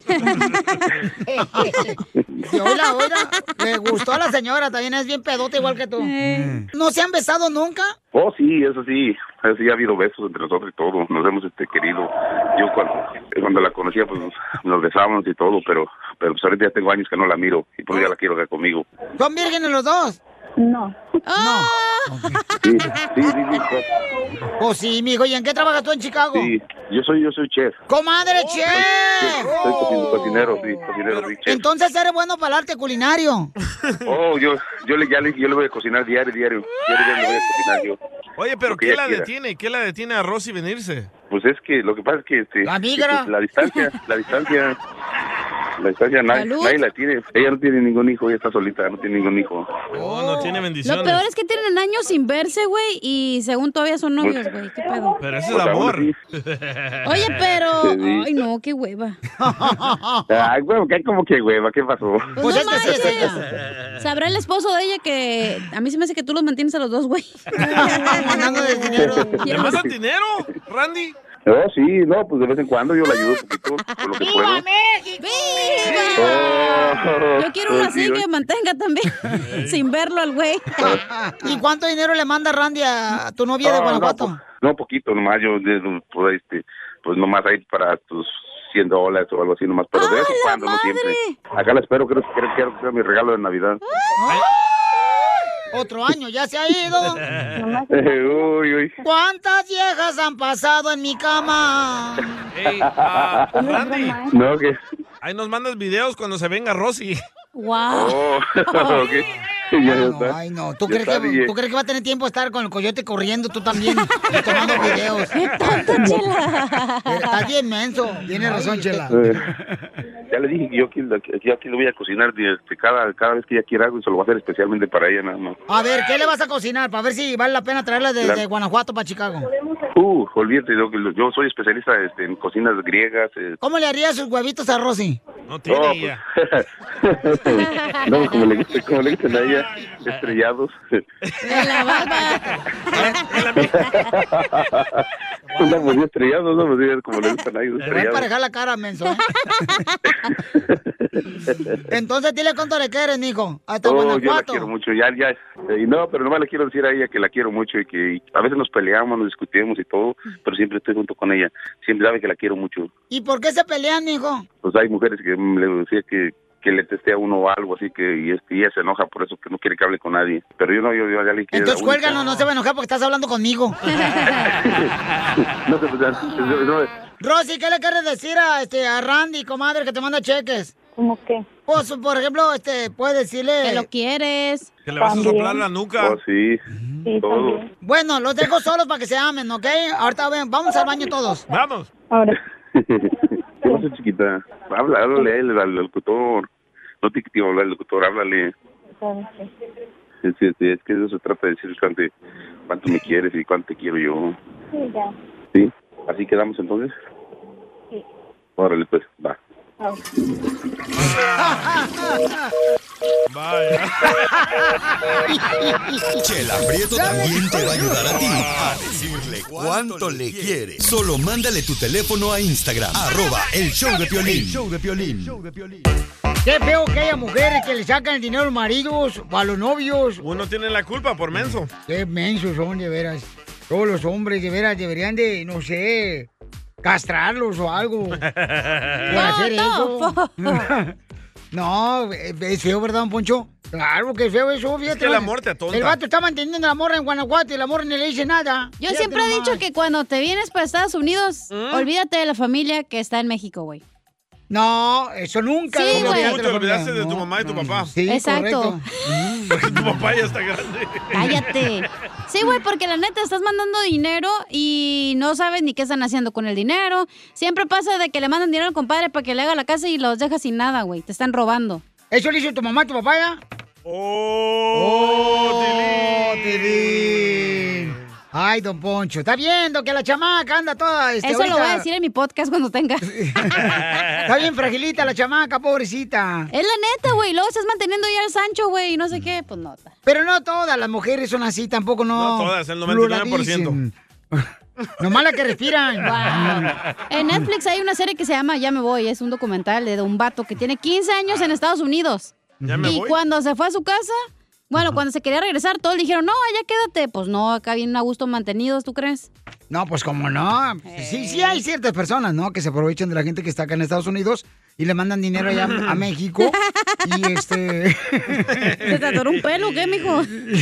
Sí, oiga, le gustó a la señora, también es bien pedota igual que tú. ¿No se han besado nunca? Oh, sí, eso sí ha habido besos entre nosotros y todo, nos hemos querido. Yo cuando la conocía, pues nos besábamos y todo, pero pero pues ahorita ya tengo años que no la miro y pues ya la quiero ver conmigo. ¿Son vírgenes los dos? No. No. Sí. Pues sí, mijo. ¿Y en qué trabajas tú en Chicago? Sí, yo soy chef. ¡Comadre, chef! Soy cocinero, sí, chef. Entonces eres bueno para el arte culinario. Oh, yo le voy a cocinar diario. Diario le voy a cocinar yo. Oye, pero ¿qué la detiene? ¿Qué la detiene a Rosy venirse? Pues es que lo que pasa es que... La migra. La distancia nadie la tiene. Ella no tiene ningún hijo, ella está solita, no tiene ningún hijo. Oh, no tiene bendiciones. Lo peor es que tienen años sin verse, güey, y según todavía son novios, güey. ¿Qué pedo? Pero ese es amor. Oye, pero... Ay, no, qué hueva. Ay, hueva, ¿cómo que hueva? ¿Qué pasó? Pues no manches. Sabrá el esposo de ella que... A mí se me hace que tú los mantienes a los dos, güey. ¿Le mandan dinero, Randy? No, sí, no, pues de vez en cuando yo le ayudo un poquito con lo que puedo. ¡Viva México! ¡Viva! Yo quiero una así que me mantenga también, sin verlo al güey. ¿Y cuánto dinero le manda Randy a tu novia de Guanajuato? No, poquito, nomás yo, pues nomás ahí para tus $100 o algo así nomás, pero de vez en cuando, no siempre. Acá la espero, creo que sea mi regalo de Navidad. Otro año, ya se ha ido. Uy. ¿Cuántas viejas han pasado en mi cama? Hey, Randy. No, ¿qué? Ahí nos mandas videos cuando se venga Rosy. Wow. Okay. Ay, no. ¿Tú crees que va a tener tiempo de estar con el coyote corriendo tú también y tomando videos? ¿Qué tanto, Chela? Estás bien menso. Tienes razón, Chela. Ya le dije que yo aquí lo voy a cocinar cada vez que ella quiera algo y se lo voy a hacer especialmente para ella nada más. A ver, ¿qué le vas a cocinar? Para ver si vale la pena traerla de Guanajuato para Chicago. Olvídate, yo soy especialista en cocinas griegas. ¿Cómo le haría sus huevitos a Rosy? No tiene ella. No, como le gustan a ella, estrellados. La barba. No, pues estrellados, no, pues como le gustan a ellos, estrellados. Voy a parejar la cara, menso. Entonces, dile cuánto le quieres, mijo. Hasta Guanajuato. Yo la quiero mucho, ya. Y no, pero nomás le quiero decir a ella que la quiero mucho y que a veces nos peleamos, nos discutimos y todo, pero siempre estoy junto con ella. Siempre sabe que la quiero mucho. ¿Y por qué se pelean, mijo? Pues hay mujeres que le decía que le testé a uno o algo así y ella se enoja por eso, que no quiere que hable con nadie. Pero yo ya le quiero. Entonces cuélganos, no se va a enojar porque estás hablando conmigo. Rosy, ¿qué le quieres decir a Randy, comadre, que te manda cheques? ¿Cómo qué? Pues, por ejemplo, puedes decirle... Que lo quieres. Que le vas a soplar la nuca. Oh, sí, todo. También. Bueno, los dejo solos para que se amen, ¿ok? Ahorita vamos al baño todos. Vamos. Ahora. ¿Qué pasa, chiquita? Háblale a él, al locutor. No te quiero hablar al locutor, háblale. Sí, es que eso se trata de decir cuánto me quieres y cuánto te quiero yo. Sí, ya. ¿Sí? ¿Así quedamos entonces? Sí. Órale, pues, va. Vaya. Chela Prieto también te va a ayudar a ti a decirle cuánto le quieres. Solo mándale tu teléfono a Instagram, @elshowdepiolín. Qué feo que haya mujeres que le sacan el dinero a los maridos o a los novios. Uno tiene la culpa por menso. Qué mensos son, de veras. Todos los hombres, de veras, deberían de, no sé, castrarlos o algo. Por hacer eso. No, es feo, ¿verdad, don Poncho? Claro que es feo eso, fíjate. Es que el amor te atonta. El vato está manteniendo a la morra en Guanajuato y la morra no le dice nada. Yo siempre he dicho que cuando te vienes para Estados Unidos, olvídate de la familia que está en México, güey. No, eso nunca. Sí, güey. Te olvidaste de tu mamá y tu papá. Sí, exacto. Porque tu papá ya está grande. Cállate. Sí, güey, porque la neta estás mandando dinero y no sabes ni qué están haciendo con el dinero. Siempre pasa de que le mandan dinero al compadre para que le haga la casa y los deja sin nada, güey. Te están robando. ¿Eso le hizo tu mamá y tu papá ya? Tilín. Ay, don Poncho, está viendo que la chamaca anda toda... Eso ahorita... lo voy a decir en mi podcast cuando tenga. Está bien fragilita la chamaca, pobrecita. Es la neta, güey. Luego estás manteniendo ya al Sancho, güey, y no sé qué, pues no. Pero no todas las mujeres son así, tampoco no... No todas, el 99%. Nomás las que respiran. Wow. En Netflix hay una serie que se llama Ya me voy. Es un documental de un vato que tiene 15 años en Estados Unidos. Y cuando se fue a su casa... Bueno, cuando se quería regresar, todos le dijeron, no, allá quédate. Pues no, acá vienen a gusto mantenidos, ¿tú crees? No, pues como no. Sí hay ciertas personas, ¿no? Que se aprovechan de la gente que está acá en Estados Unidos y le mandan dinero allá a México. Y ¿Se te atoró un pelo o qué, mijo?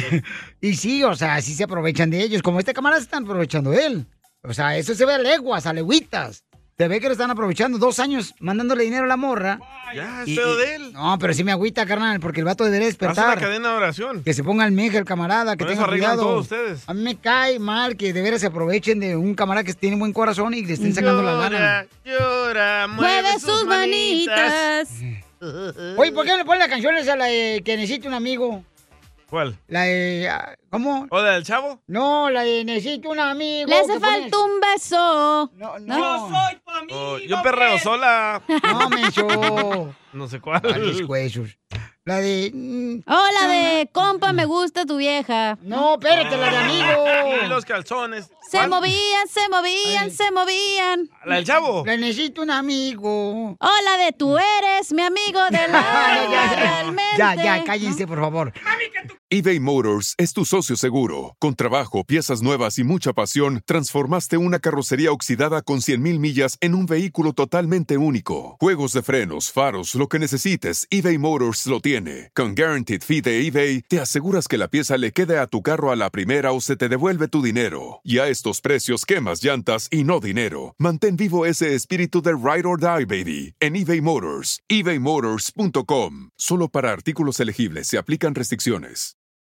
Y sí, o sea, sí se aprovechan de ellos. Como este camarada se están aprovechando de él. O sea, eso se ve a leguas, a legüitas. Te ve que lo están aprovechando 2 años mandándole dinero a la morra. Ya, es pedo de él. No, pero sí me agüita, carnal, porque el vato debería despertar. Haz una cadena de oración. Que se ponga el meja el camarada, que Con tenga eso arreglan cuidado. todos ustedes. A mí me cae mal que de veras se aprovechen de un camarada que tiene buen corazón y le estén sacando la lana. Llora, mueve sus manitas. Oye, ¿por qué no le ponen las canciones a la de que necesite un amigo? ¿Cuál? La de... ¿Cómo? ¿O la del Chavo? No, la de necesito un amigo. Le hace falta un beso. No. Yo soy tu amigo. Oh, yo perreo sola. No, menso. No sé cuál. Mis huesos. La de... la de compa, me gusta tu vieja. No, espérate, la de amigo. Y los calzones. Se movían, se movían, se movían. ¿La del Chavo? Le necesito un amigo. La de tú eres mi amigo del alma, realmente. Ya, cállense, por favor. eBay Motors es tu socio seguro. Con trabajo, piezas nuevas y mucha pasión, transformaste una carrocería oxidada con 100,000 millas en un vehículo totalmente único. Juegos de frenos, faros, lo que necesites, eBay Motors lo tiene. Con Guaranteed Fee de eBay, te aseguras que la pieza le quede a tu carro a la primera o se te devuelve tu dinero. Y a estos precios, quemas llantas y no dinero. Mantén vivo ese espíritu de Ride or Die, baby, en eBay Motors. ebaymotors.com. Solo para artículos elegibles se aplican restricciones.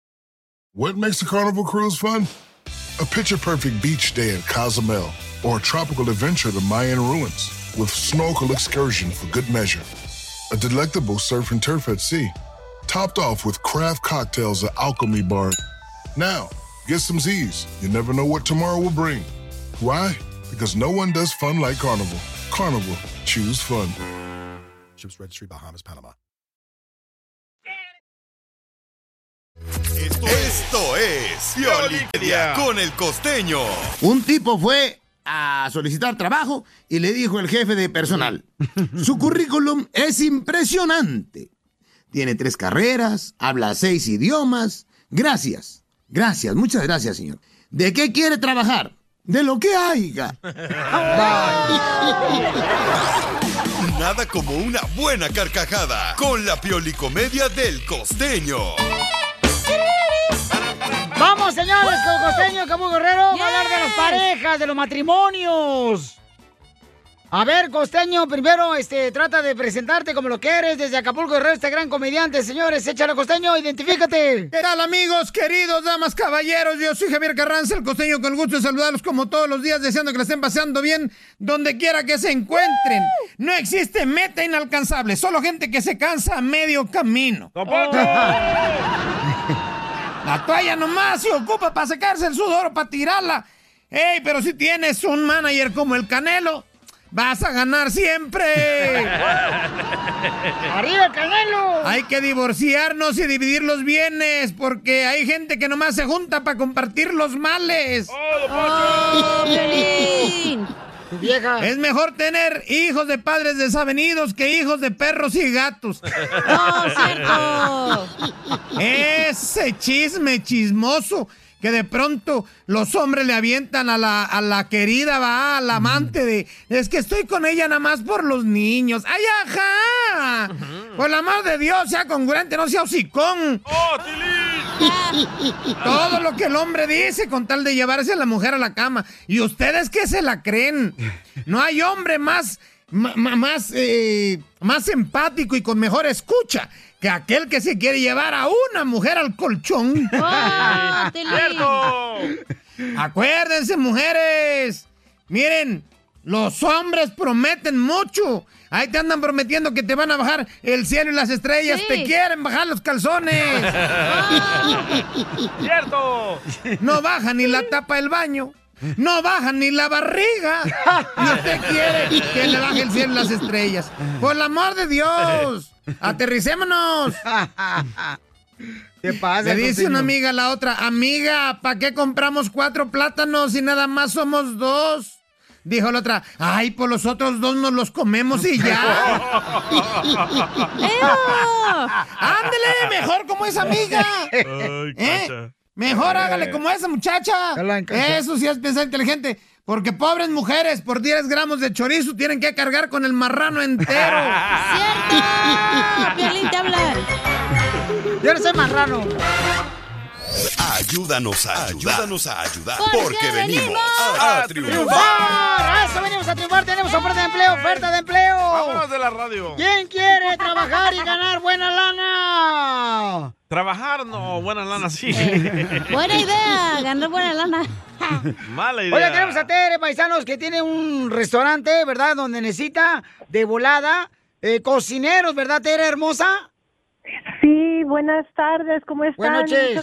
What makes a Carnival cruise fun? A picture-perfect beach day at Cozumel or a tropical adventure to Mayan ruins with snorkel excursion for good measure. A delectable surf and turf at sea, topped off with craft cocktails at Alchemy Bar. Now, get some Z's. You never know what tomorrow will bring. Why? Because no one does fun like Carnival. Carnival. Choose fun. Ships Registry, Bahamas, Panama. Esto es Piolipedia con el Costeño. Un tipo fue a solicitar trabajo y le dijo el jefe de personal: su currículum es impresionante. Tiene 3 carreras, habla 6 idiomas. Gracias, muchas gracias, señor. ¿De qué quiere trabajar? De lo que haya. Nada como una buena carcajada con la Piolicomedia del Costeño. Vamos, señores, con Costeño, Camus Guerrero, a hablar de las parejas, de los matrimonios. A ver, Costeño, primero trata de presentarte como lo que eres desde Acapulco Guerrero, este gran comediante, señores. Échale, Costeño, identifícate. ¿Qué tal, amigos, queridos, damas, caballeros? Yo soy Javier Carranza, el Costeño, con el gusto de saludarlos como todos los días, deseando que la estén pasando bien donde quiera que se encuentren. No existe meta inalcanzable, solo gente que se cansa a medio camino. La toalla nomás se ocupa para secarse el sudor o para tirarla. ¡Ey, pero si tienes un manager como el Canelo, vas a ganar siempre! ¡Arriba el Canelo! Hay que divorciarnos y dividir los bienes, porque hay gente que nomás se junta para compartir los males. ¡Oh, Piolín! Tu vieja. Es mejor tener hijos de padres desavenidos que hijos de perros y gatos. ¡No, cierto! Ese chisme chismoso que de pronto los hombres le avientan a la querida, al amante de... Es que estoy con ella nada más por los niños. ¡Ay, ajá! Por el amor de Dios, sea congruente, no sea hocicón. ¡Oh, Tilín! Todo lo que el hombre dice con tal de llevarse a la mujer a la cama. ¿Y ustedes qué se la creen? No hay hombre más empático y con mejor escucha que aquel que se quiere llevar a una mujer al colchón. ¡Oh, ¡Cierto! Acuérdense, mujeres. Miren, los hombres prometen mucho. Ahí te andan prometiendo que te van a bajar el cielo y las estrellas. Sí. Te quieren bajar los calzones. ¡Cierto! No bajan ni la tapa del baño. No bajan ni la barriga. Y usted quiere que le baje el cielo y las estrellas. Por el amor de Dios, aterricémonos. ¿Qué pasa? Le dice Costeño? una amiga a la otra: amiga, ¿para qué compramos 4 plátanos si nada más somos 2? Dijo la otra: ay, pues los otros 2 nos los comemos y ya. Ándele, mejor como esa amiga. Ay, Cacha. Mejor hágale como esa muchacha. Eso sí es pensar inteligente. Porque pobres mujeres por 10 gramos de chorizo tienen que cargar con el marrano entero. ¡Cierto! Piolín te habla. Yo no soy marrano. Ayúdanos a ayudar. Porque venimos a triunfar. ¡A eso venimos a triunfar! Tenemos oferta de empleo, oferta de empleo. Vámonos de la radio. ¿Quién quiere trabajar y ganar buena lana? Trabajar, no, buena lana, sí. Buena idea, ganar buena lana. Mala idea. Oiga, tenemos a Tere, paisanos, que tiene un restaurante, ¿verdad? Donde necesita de volada cocineros, ¿verdad, Tere, hermosa? Sí, buenas tardes, ¿cómo están? Buenas noches.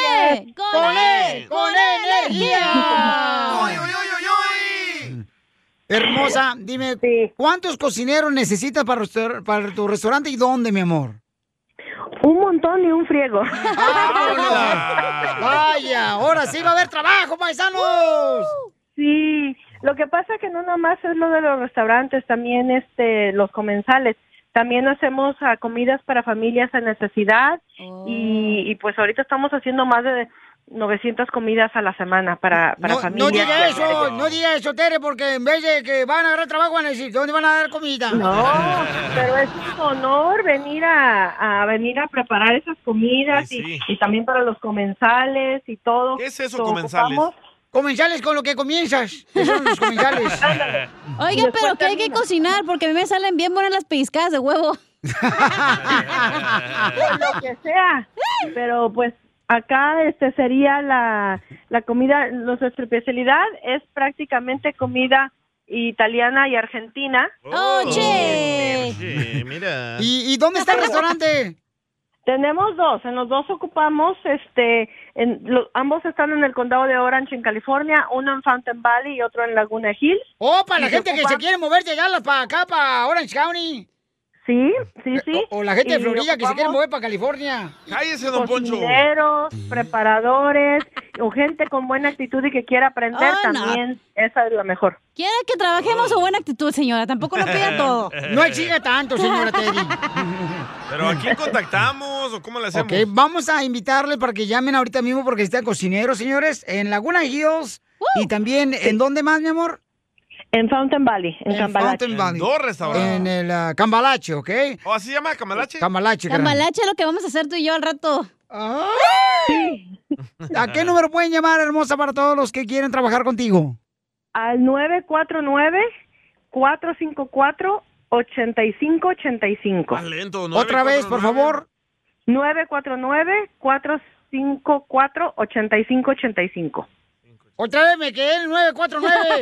¡Con energía! ¡Uy, uy, uy, uy, uy! Hermosa, dime, ¿cuántos cocineros necesitas para tu restaurante y dónde, mi amor? Un montón y un friego. Vaya, ahora sí va a haber trabajo, paisanos. Sí, lo que pasa que no nada más es lo de los restaurantes, también los comensales. También hacemos comidas para familias en necesidad y pues ahorita estamos haciendo más de 900 comidas a la semana para familias. No diga eso, Tere, porque en vez de que van a agarrar trabajo van a decir, ¿dónde van a dar comida? No, pero es un honor venir a preparar esas comidas y también para los comensales y todo. ¿Qué es eso, comensales? Comensales con lo que comienzas. Esos son los comensales. Oiga, pero que hay que cocinar porque a mí me salen bien buenas las pellizcadas de huevo. Lo que sea. Pero pues acá sería la comida, nuestra especialidad es prácticamente comida italiana y argentina. ¡Oye! Mira. ¿Y dónde está el restaurante? Tenemos dos, en los dos ocupamos, ambos están en el condado de Orange, en California, uno en Fountain Valley y otro en Laguna Hills. Oh, para la gente que se quiere mover de Dallas para acá, para Orange County. Sí. O la gente de Florida que se quiere mover para California. Cállese, don Poncho. Cocineros, preparadores, o gente con buena actitud y que quiera aprender también. No. Esa es la mejor. Quiera que trabajemos o buena actitud, señora. Tampoco no pida todo. No exige tanto, señora Teddy. ¿Pero a quién contactamos o cómo le hacemos? Ok, vamos a invitarle para que llamen ahorita mismo porque están cocineros, señores, en Laguna Hills. Y también, ¿en dónde más, mi amor? En Fountain Valley, en Cambalache. Fountain Valley. Dos restaurantes. En el Cambalache, ¿ok? ¿O así se llama Cambalache? Cambalache, Cambalache es lo que vamos a hacer tú y yo al rato. Sí. ¿A qué número pueden llamar, hermosa, para todos los que quieren trabajar contigo? Al 949-454-8585. Más lento, Otra vez, por favor. 949-454-8585. Otra vez me quedé en el 949.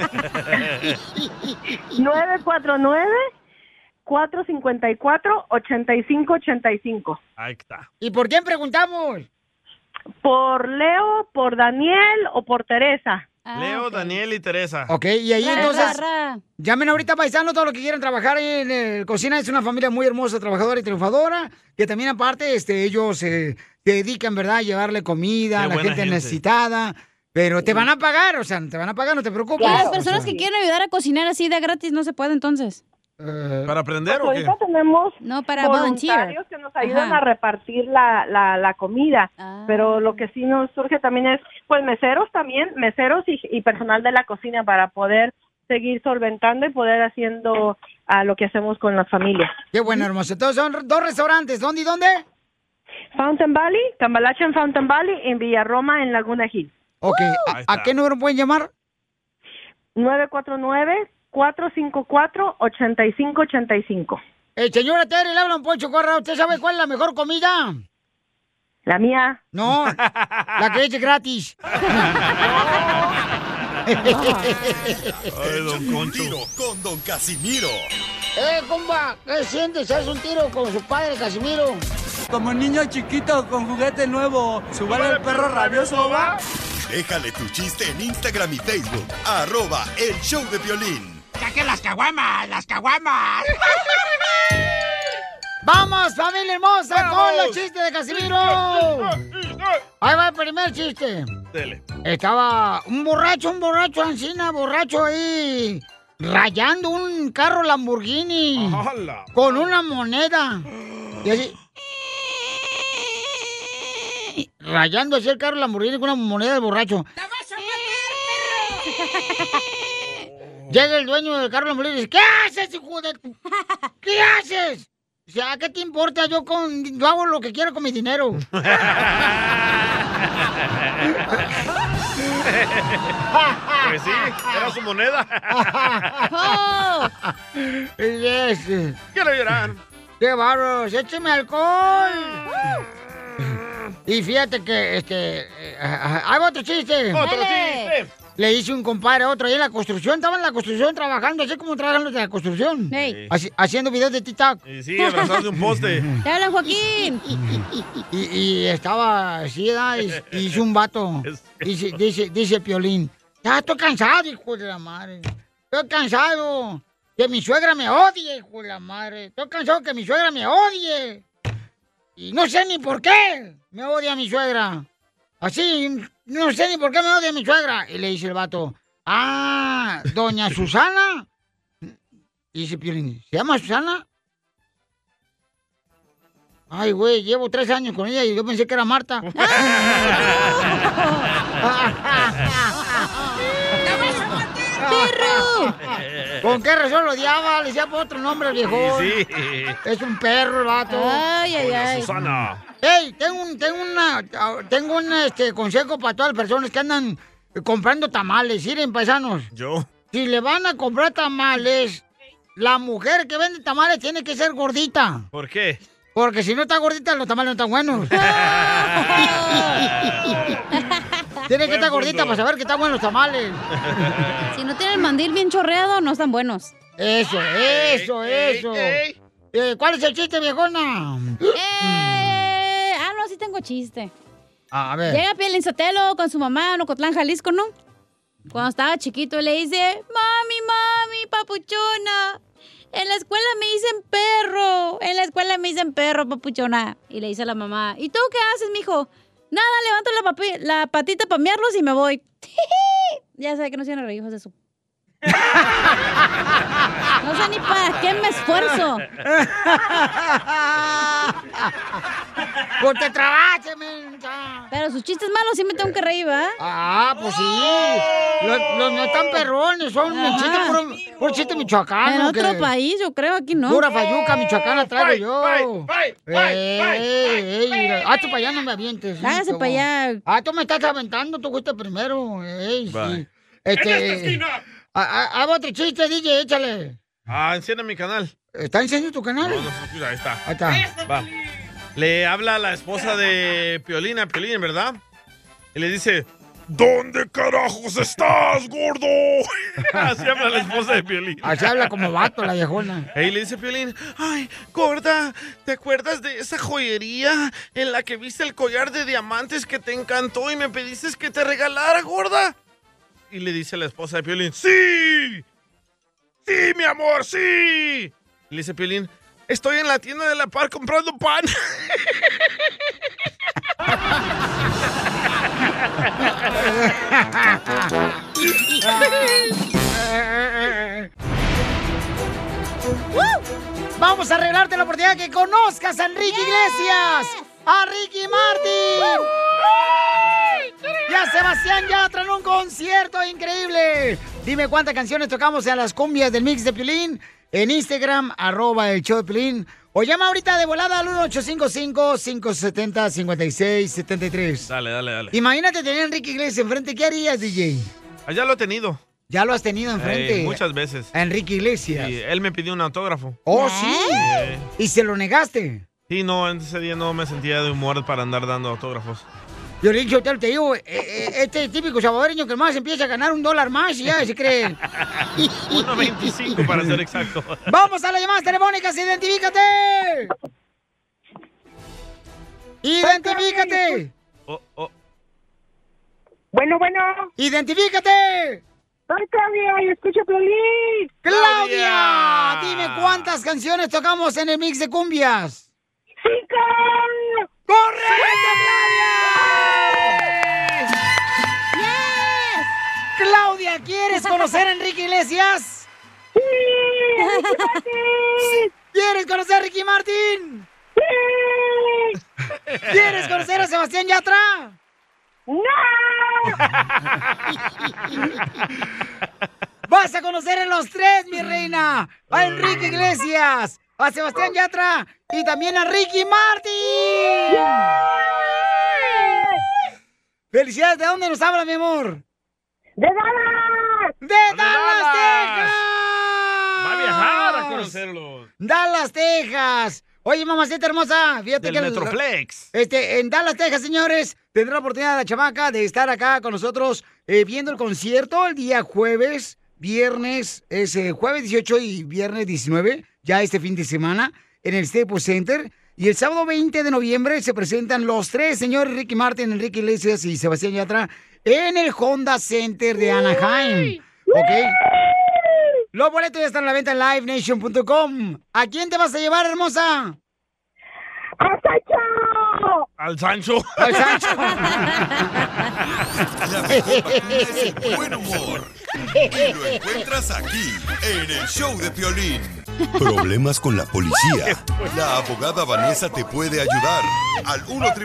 949-454-8585. Ahí está. ¿Y por quién preguntamos? Por Leo, por Daniel o por Teresa. Leo, okay. Daniel y Teresa. Ok, y ahí entonces, llamen ahorita, paisano, todos los que quieran trabajar en el cocina. Es una familia muy hermosa, trabajadora y triunfadora, que también aparte ellos se dedican, ¿verdad?, a llevarle comida a la gente necesitada. Pero te van a pagar, o sea, te van a pagar, no te preocupes. Y las personas que quieren ayudar a cocinar así de gratis no se puede entonces. ¿Para aprender o qué? Ahorita tenemos para voluntarios que nos ayudan a repartir la comida, pero lo que sí nos surge también es, pues, meseros y personal de la cocina para poder seguir solventando y poder haciendo lo que hacemos con las familias. Qué bueno, hermoso. Entonces son dos restaurantes, ¿dónde y dónde? Fountain Valley, Cambalache en Fountain Valley, en Villaroma en Laguna Hills. Ok, ¿a qué número pueden llamar? 949-454-8585. Señora Tere, le habla un Poncho Corra. ¿Usted sabe cuál es la mejor comida? La mía. No, la que es gratis. Ay, don Poncho. Con don Casimiro. Compa, ¿qué sientes? ¿Haz un tiro con su padre, Casimiro? Como niño chiquito con juguete nuevo, ¿subale el perro rabioso, va? Déjale tu chiste en Instagram y Facebook, @El Show de Piolín. ¡Saquen las caguamas, las caguamas! ¡Vamos, familia hermosa, con los chistes de Casimiro! Ahí va el primer chiste. Dele. Estaba un borracho ancina, borracho ahí, rayando un carro Lamborghini. ¡Hala! Con una moneda. Y así... rayando así el carro Lamborghini con una moneda del borracho. ¡La vas a matar, perro! Llega el dueño del carro Lamborghini y dice, ¿qué haces, hijo de...? ¿Qué haces? Dice, ¿a qué te importa? Yo hago lo que quiero con mi dinero. Pues sí, era su moneda. Yes. Quiero llorar. ¡Qué bárbaros! ¡Écheme alcohol! Y fíjate que, ¡hay otro chiste! ¡Otro chiste! Le hice un compadre a otro ahí en la construcción. Estaba en la construcción trabajando, así como trabajan los de la construcción. Hey. Haciendo videos de TikTok. Sí, abrazados de un poste. ¡Te hablan, Joaquín! Y estaba así, ¿verdad? Y hizo un vato. Dice Piolín. Ya estoy cansado, hijo de la madre. Estoy cansado. Que mi suegra me odie, hijo de la madre. Estoy cansado que mi suegra me odie. Y no sé ni por qué me odia mi suegra. Así, no sé ni por qué me odia mi suegra. Y le dice el vato, doña Susana. Y dice Piolín, ¿se llama Susana? Ay, güey, llevo 3 años con ella y yo pensé que era Marta. ¡Perro! ¿Con qué razón lo odiaba? Le decía por otro nombre al viejo. Sí. Es un perro el vato. Doña Susana. Hey, tengo un consejo para todas las personas que andan comprando tamales. Miren, paisanos. Yo. Si le van a comprar tamales, la mujer que vende tamales tiene que ser gordita. ¿Por qué? Porque si no está gordita, los tamales no están buenos. Tiene que estar gordita para saber que están buenos los tamales. Si no tiene el mandil bien chorreado, no están buenos. Eso. ¿Cuál es el chiste, viejona? No, sí tengo chiste. A ver. Llega Piolín Sotelo con su mamá en Ocotlán, Jalisco, ¿no? Cuando estaba chiquito, le dice, mami, papuchona, en la escuela me dicen perro, papuchona. Y le dice a la mamá, ¿y tú qué haces, mijo? Nada, levanto la patita para mearlos y me voy. Ya sabe que no sean hijos de su... No sé ni para qué me esfuerzo. Porque trabaje, mensa. Pero sus chistes malos sí me tengo que reír, ¿va? Pues sí. Los no están perrones, son chistes puro chiste michoacano. En otro país, yo creo, aquí no. Pura fayuca michoacana traigo yo. Tú para allá no me avientes. Hágase para allá. Tú me estás aventando, tú fuiste primero. Sí. Otro chiste, DJ, échale. Enciende mi canal. ¿Está encendiendo tu canal? No, ahí está. Ahí está. Va. Le habla a la esposa de Piolín, ¿verdad? Y le dice, ¿dónde carajos estás, gordo? Así habla la esposa de Piolín. Así habla como vato la viejona. Y le dice Piolín, ay, gorda, ¿te acuerdas de esa joyería en la que viste el collar de diamantes que te encantó y me pediste que te regalara, gorda? Y le dice la esposa de Piolín, ¡sí! ¡Sí, mi amor, sí! Le dice Piolín, estoy en la tienda de la par comprando pan. Vamos a arreglarte la oportunidad que conozcas a Enrique Iglesias, a Ricky Martin y a Sebastián Yatra en un concierto increíble. Dime cuántas canciones tocamos en las cumbias del Mix de Piolín en Instagram, @el show de Piolín. O llama ahorita de volada al 1-855-570-5673. Dale. Imagínate tener a Enrique Iglesias enfrente. ¿Qué harías, DJ? Ya lo he tenido. ¿Ya lo has tenido enfrente? Muchas veces. A Enrique Iglesias. Sí, él me pidió un autógrafo. ¿Oh, sí? ¿Y se lo negaste? Sí, no, ese día no me sentía de humor para andar dando autógrafos. Yo le dije, te digo, este típico salvadoreño que más empieza a ganar $1 más y ya se cree. 1.25 para ser exacto. ¡Vamos a las llamadas telefónicas! ¡Identifícate! ¡Identifícate! Bueno. ¡Identifícate! Soy Claudia y escucho Piolín. ¡Claudia! Dime cuántas canciones tocamos en el Mix de Cumbias. 5. ¡Correcto, Claudia! ¡Yes! Claudia, ¿quieres conocer a Enrique Iglesias? ¡Sí! ¿Quieres conocer a Ricky Martin? ¡Sí! ¿Quieres conocer a Sebastián Yatra? ¡No! Vas a conocer en los tres, mi reina. A Enrique Iglesias, a Sebastián Yatra y también a Ricky Martin. ¡Felicidades! ¿De dónde nos habla, mi amor? ¡De Dallas! ¡De Dallas, Texas! Va a viajar a conocerlos. ¡Dallas, Texas! Oye, mamacita hermosa, fíjate Del que... Metroplex. En Dallas, Texas, señores, tendrá la oportunidad la chamaca de estar acá con nosotros viendo el concierto el día jueves, viernes, jueves 18 y viernes 19, ya este fin de semana, en el Staples Center. Y el sábado 20 de noviembre se presentan los tres señores, Ricky Martin, Enrique Iglesias y Sebastián Yatra, en el Honda Center de Anaheim. ¿Ok? Los boletos ya están a la venta en livenation.com. ¿A quién te vas a llevar, hermosa? ¡Al Sancho! ¿Al Sancho? ¡Al Sancho! La mejor vacuna es el buen humor. Y lo encuentras aquí, en el show de Piolín. ¿Problemas con la policía? La abogada Vanessa te puede ayudar. Al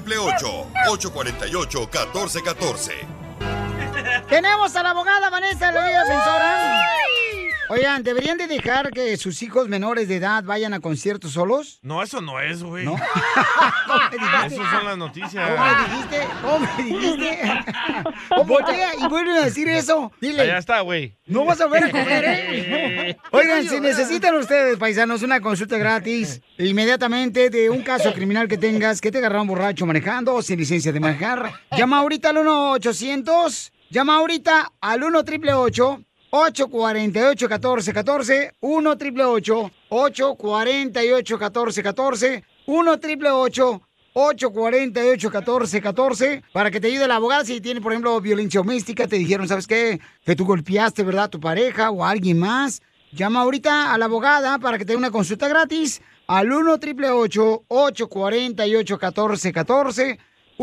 1-888-848-1414. Tenemos a la abogada Vanessa, la Liga Defensora. Oigan, ¿deberían de dejar que sus hijos menores de edad vayan a conciertos solos? No, eso no es, güey. ¿No? Esas son las noticias. ¿Cómo me dijiste? Voltea y vuelven a decir eso. Dile. Allá está, güey. No vas a volver a comer, ¿eh? Oigan, si necesitan ustedes, paisanos, una consulta gratis, inmediatamente de un caso criminal que tengas, que te agarraron borracho manejando o sin licencia de manejar, llama ahorita al 1-800, llama ahorita al 1-888-848-1414, 1-888-848-1414, 1-888-848-1414, para que te ayude la abogada si tiene, por ejemplo, violencia doméstica, te dijeron, ¿sabes qué? Que tú golpeaste, ¿verdad? A tu pareja o a alguien más. Llama ahorita a la abogada para que te dé una consulta gratis al 1-888-848-1414,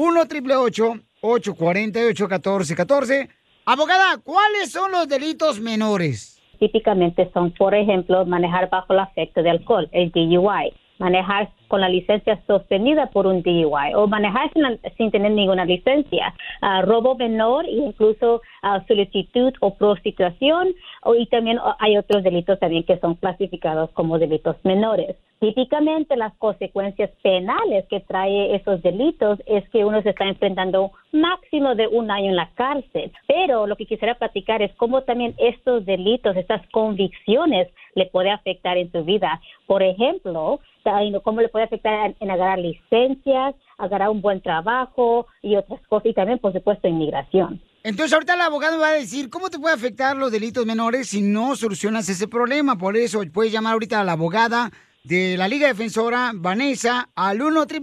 1-888-848-1414. Abogada, ¿cuáles son los delitos menores? Típicamente son, por ejemplo, manejar bajo el efecto de alcohol, el DUI, manejar con la licencia sostenida por un DUI o manejar sin tener ninguna licencia, robo menor e incluso solicitud o prostitución, y también hay otros delitos también que son clasificados como delitos menores. Típicamente las consecuencias penales que trae esos delitos es que uno se está enfrentando máximo de 1 año en la cárcel, pero lo que quisiera platicar es cómo también estos delitos, estas convicciones le puede afectar en su vida. Por ejemplo, cómo le puede afectar en agarrar licencias, agarrar un buen trabajo y otras cosas, y también, por supuesto, inmigración. Entonces, ahorita el abogado va a decir cómo te puede afectar los delitos menores si no solucionas ese problema. Por eso, puedes llamar ahorita a la abogada de la Liga Defensora, Vanessa, al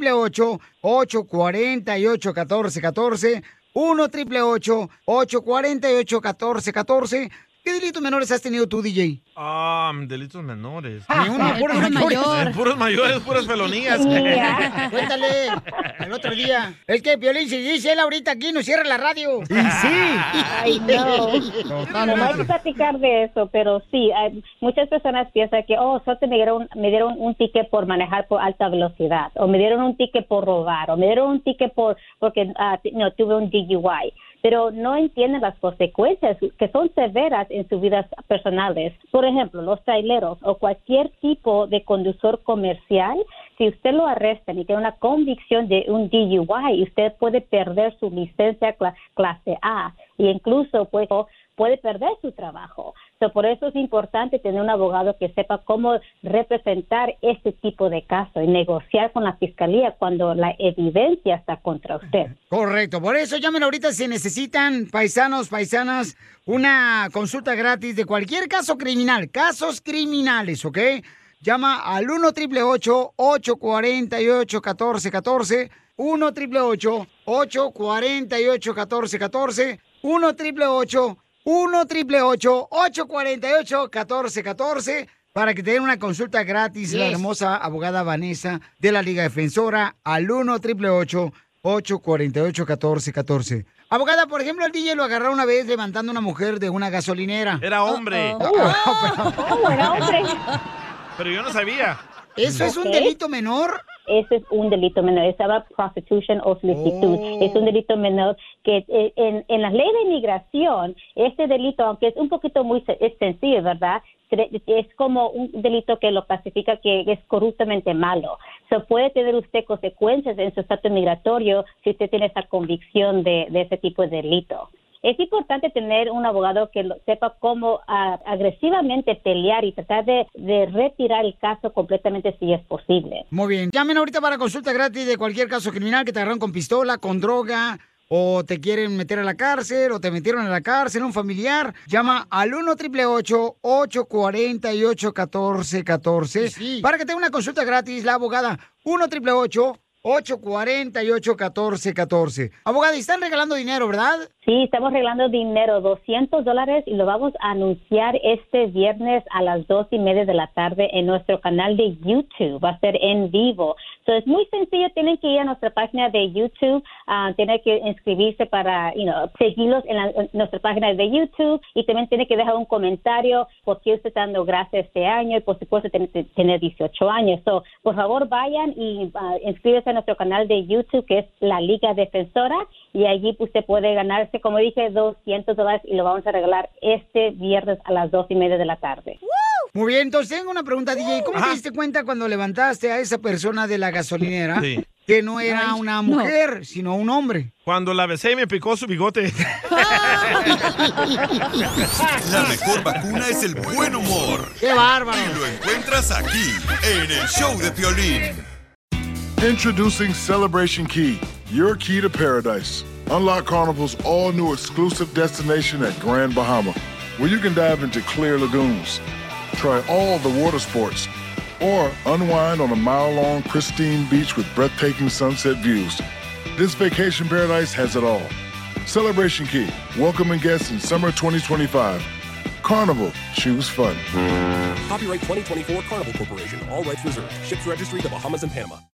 1-888-848-1414, 1-888-848-1414. ¿Qué delitos menores has tenido tú, DJ? Delitos menores. Ni uno, puros mayores. Puros mayores, puras felonías. Cuéntale, el otro día. Es que Piolín, si dice él ahorita aquí, nos cierra la radio. Sí. Ay, no. No hay que platicar de eso, pero sí, muchas personas piensan que, solo me dieron un ticket por manejar por alta velocidad, o me dieron un ticket por robar, o me dieron un ticket porque tuve un DUI. Pero no entienden las consecuencias que son severas en sus vidas personales. Por ejemplo, los traileros o cualquier tipo de conductor comercial, si usted lo arrestan y tiene una convicción de un DUI, usted puede perder su licencia clase A e incluso puede perder su trabajo. Por eso es importante tener un abogado que sepa cómo representar este tipo de casos y negociar con la fiscalía cuando la evidencia está contra usted. Correcto. Por eso llamen ahorita si necesitan, paisanos, paisanas, una consulta gratis de cualquier caso criminal. Casos criminales, ¿ok? Llama al 1-888-848-1414, 1-888-848-1414, 1-888-848-1414 para que te den una consulta gratis. La hermosa abogada Vanessa de la Liga Defensora al 1-888-848-1414. Abogada, por ejemplo, el DJ lo agarró una vez levantando a una mujer de una gasolinera. Era hombre. Era hombre. Pero yo no sabía. ¿Eso es un delito menor? ese es un delito menor. Se llama prostitution o solicitud. Es un delito menor que en la ley de inmigración, este delito, aunque es un poquito es sencillo, ¿verdad? Es como un delito que lo clasifica que es corruptamente malo. Puede tener usted consecuencias en su estatus migratorio si usted tiene esa convicción de ese tipo de delito. Es importante tener un abogado que sepa cómo agresivamente pelear y tratar de retirar el caso completamente si es posible. Muy bien. Llamen ahorita para consulta gratis de cualquier caso criminal que te agarraron con pistola, con droga, o te quieren meter a la cárcel, o te metieron a la cárcel, un familiar. Llama al 1-888-848-1414 para que tenga una consulta gratis la abogada. 1-888-848-1414. Abogada, están regalando dinero, ¿verdad? Sí, estamos regalando dinero, $200, y lo vamos a anunciar este viernes a las 2:30 de la tarde en nuestro canal de YouTube. Va a ser en vivo. Es muy sencillo, tienen que ir a nuestra página de YouTube, tienen que inscribirse para, seguirlos en nuestra página de YouTube, y también tienen que dejar un comentario por qué usted está dando gracias este año, y por supuesto tiene que tener 18 años. Por favor, vayan y inscríbase a nuestro canal de YouTube, que es La Liga Defensora, y allí usted puede ganarse, como dije, $200, y lo vamos a regalar este viernes a las 2:30 de la tarde. Muy bien, entonces tengo una pregunta, DJ. ¿Cómo te diste cuenta cuando levantaste a esa persona de la gasolinera que no era una mujer, sino un hombre? Cuando la besé y me picó su bigote. La mejor vacuna es el buen humor. ¡Qué bárbaro! Y lo encuentras aquí, en el show de Piolín. Introducing Celebration Key, your key to paradise. Unlock Carnival's all-new exclusive destination at Grand Bahama, where you can dive into clear lagoons, try all the water sports, or unwind on a mile-long pristine beach with breathtaking sunset views. This vacation paradise has it all. Celebration Key, welcoming guests in summer 2025. Carnival, choose fun. Copyright 2024 Carnival Corporation, all rights reserved. Ships registry, the Bahamas and Panama.